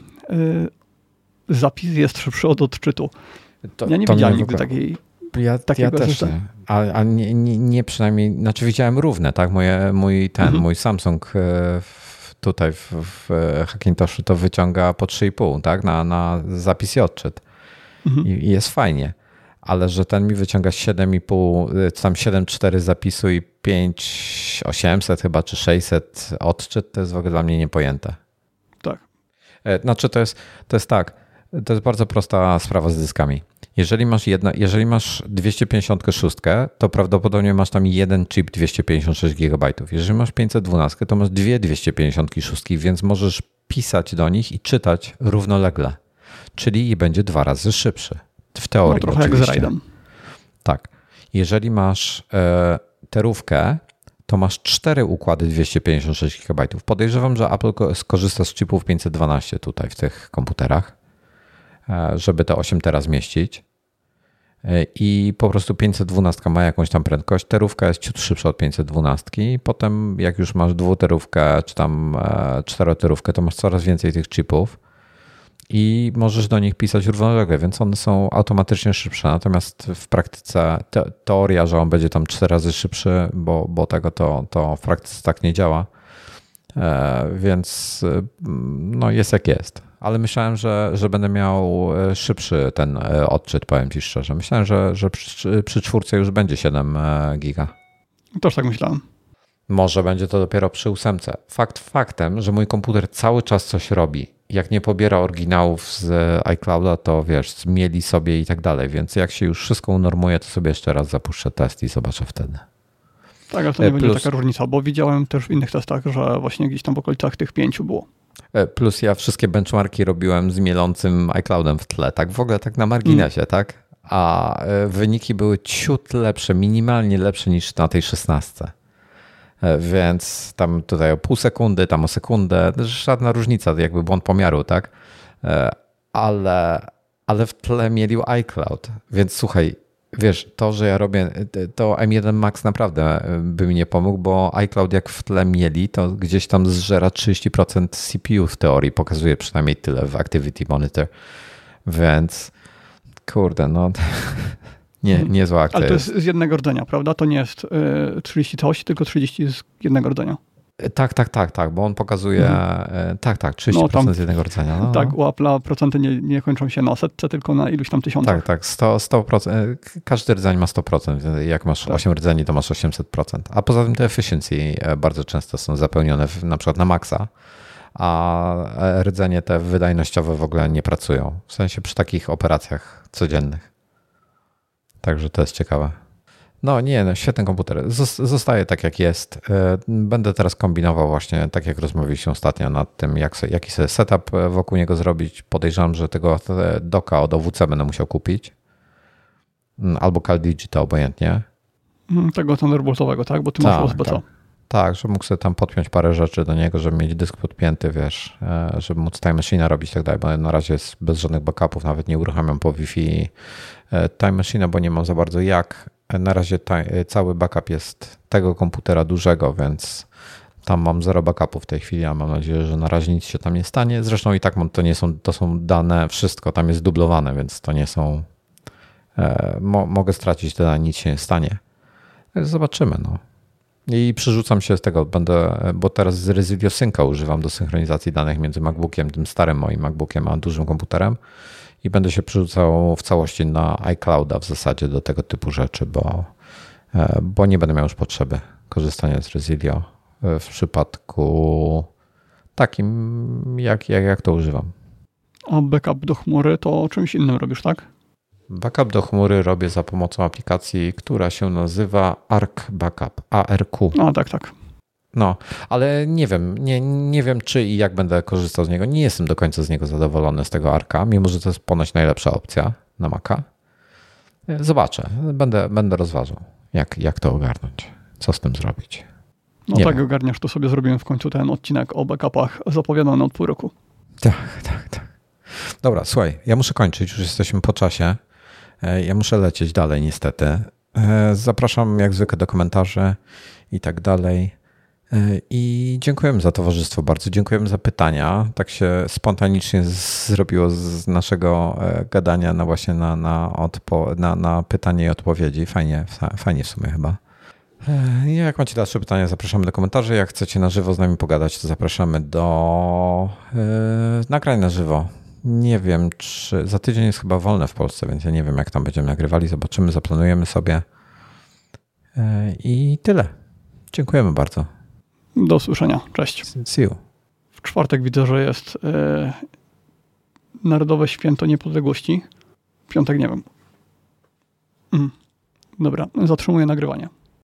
Zapis jest szybszy od odczytu. To, ja nie widziałem nigdy takiej Ja, ja też nie. A, a nie, nie, nie przynajmniej, znaczy widziałem równe, tak? Moje, mój ten, mhm. mój Samsung tutaj w, w Hackintoshu to wyciąga po trzy i pół, tak? Na, na zapis i odczyt. Mhm. I, I jest fajnie. Ale że ten mi wyciąga siedem i pół, tam siedem przecinek cztery zapisu i pięć tysięcy osiemset chyba, czy sześćset odczyt, to jest w ogóle dla mnie niepojęte. Tak. Znaczy to jest, to jest tak, to jest bardzo prosta sprawa z dyskami. Jeżeli masz, jedna, jeżeli masz dwieście pięćdziesiąt sześć, to prawdopodobnie masz tam jeden chip dwieście pięćdziesiąt sześć gigabajtów. Jeżeli masz pięćset dwanaście, to masz dwie dwieście pięćdziesiąt sześć, więc możesz pisać do nich i czytać równolegle. Czyli i będzie dwa razy szybszy. W teorii no, trochę oczywiście. Jak z RAIDem. Tak. Jeżeli masz e, terówkę, to masz cztery układy dwieście pięćdziesiąt sześć gigabajtów. Podejrzewam, że Apple skorzysta z chipów pięćset dwanaście tutaj w tych komputerach, żeby te osiem tera zmieścić. I po prostu pięćset dwanaście ma jakąś tam prędkość. Terówka jest ciut szybsza od pięćset dwanaście. Potem jak już masz dwuterówkę czy tam czteroterówkę, to masz coraz więcej tych chipów i możesz do nich pisać równolegle, więc one są automatycznie szybsze. Natomiast w praktyce te, teoria, że on będzie tam cztery razy szybszy, bo, bo tego to, to w praktyce tak nie działa. Więc no jest jak jest. Ale myślałem, że, że będę miał szybszy ten odczyt, powiem ci szczerze. Myślałem, że, że przy, przy czwórce już będzie siedem giga. Też tak myślałem. Może będzie to dopiero przy ósemce. Fakt faktem, że mój komputer cały czas coś robi. Jak nie pobiera oryginałów z iClouda, to wiesz, zmieli sobie i tak dalej. Więc jak się już wszystko unormuje, to sobie jeszcze raz zapuszczę test i zobaczę wtedy. Tak, ale to nie Plus... będzie taka różnica, bo widziałem też w innych testach, że właśnie gdzieś tam w okolicach tych pięciu było. Plus ja wszystkie benchmarki robiłem z mielącym iCloudem w tle, tak w ogóle tak na marginesie, mm. tak? A wyniki były ciut lepsze, minimalnie lepsze niż na tej szesnastce. Więc tam tutaj o pół sekundy, tam o sekundę, żadna różnica, jakby błąd pomiaru, tak? Ale, ale w tle mielił iCloud, więc słuchaj, wiesz, to, że ja robię, to M jeden Max naprawdę by mi nie pomógł, bo iCloud jak w tle mieli, to gdzieś tam zżera trzydzieści procent C P U w teorii, pokazuje przynajmniej tyle w Activity Monitor, więc kurde, no nie, niezła akcja. Ale to jest z jednego rdzenia, prawda? To nie jest y, trzydzieści całości, tylko trzydzieści z jednego rdzenia. Tak, tak, tak, tak, bo on pokazuje, mhm. tak, tak, trzydzieści procent no, tam, z jednego rdzenia. No, tak, u Apple'a procenty nie, nie kończą się na setce, tylko na iluś tam tysiącach. Tak, tak, sto, sto procent, każdy rdzeń ma sto procent, jak masz tak. osiem rdzeni, to masz osiemset procent, a poza tym te efficiency bardzo często są zapełnione w, na przykład na maksa, a rdzenie te wydajnościowe w ogóle nie pracują, w sensie przy takich operacjach codziennych. Także to jest ciekawe. No nie, no, świetny komputer. Zostaje tak jak jest. Będę teraz kombinował właśnie, tak jak rozmawialiśmy ostatnio, nad tym, jak sobie, jaki sobie setup wokół niego zrobić. Podejrzewam, że tego doka od O W C będę musiał kupić. Albo CalDigi, to obojętnie. Tego Thunderboltowego, tak? Bo ty masz U S B C. Tak, tak, że mógł sobie tam podpiąć parę rzeczy do niego, żeby mieć dysk podpięty, wiesz, żeby móc Time Machine'a robić i tak dalej, bo na razie jest bez żadnych backupów, nawet nie uruchamiam po Wi-Fi Time Machine'a, bo nie mam za bardzo jak. Na razie ta, cały backup jest tego komputera dużego, więc tam mam zero backupów w tej chwili, a mam nadzieję, że na razie nic się tam nie stanie. Zresztą i tak mam, to nie są, to są dane, wszystko tam jest dublowane, więc to nie są, e, mo, mogę stracić te dane, nic się nie stanie. Zobaczymy, no. I przerzucam się z tego, będę, bo teraz z Resilio Synca używam do synchronizacji danych między MacBookiem, tym starym moim MacBookiem, a dużym komputerem. I będę się przerzucał w całości na iClouda w zasadzie do tego typu rzeczy, bo, bo nie będę miał już potrzeby korzystania z Resilio w przypadku takim, jak, jak, jak to używam. A backup do chmury to czymś innym robisz, tak? Backup do chmury robię za pomocą aplikacji, która się nazywa Arc Backup, A R Q. No tak, tak. No, ale nie wiem, nie, nie wiem czy i jak będę korzystał z niego. Nie jestem do końca z niego zadowolony, z tego Arka, mimo że to jest ponoć najlepsza opcja na Maca. Zobaczę, będę, będę rozważał, jak, jak to ogarnąć, co z tym zrobić. No nie tak wiem. Ogarniasz, to sobie zrobiłem w końcu ten odcinek o backupach zapowiadany od pół roku. Tak, tak, tak. Dobra, słuchaj, ja muszę kończyć, już jesteśmy po czasie. Ja muszę lecieć dalej niestety. Zapraszam jak zwykle do komentarzy i tak dalej. I dziękujemy za towarzystwo bardzo, dziękujemy za pytania. Tak się spontanicznie zrobiło z naszego gadania na właśnie na, na, odpo- na, na pytanie i odpowiedzi. Fajnie, fajnie w sumie chyba. Jak macie dalsze pytania, zapraszamy do komentarzy. Jak chcecie na żywo z nami pogadać, to zapraszamy do yy, nagrań na żywo. Nie wiem, czy za tydzień jest chyba wolne w Polsce, więc ja nie wiem, jak tam będziemy nagrywali. Zobaczymy, zaplanujemy sobie. Yy, I tyle. Dziękujemy bardzo. Do usłyszenia. Cześć. See you. W czwartek widzę, że jest yy, Narodowe Święto Niepodległości. Piątek nie wiem. Mm. Dobra, zatrzymuję nagrywanie.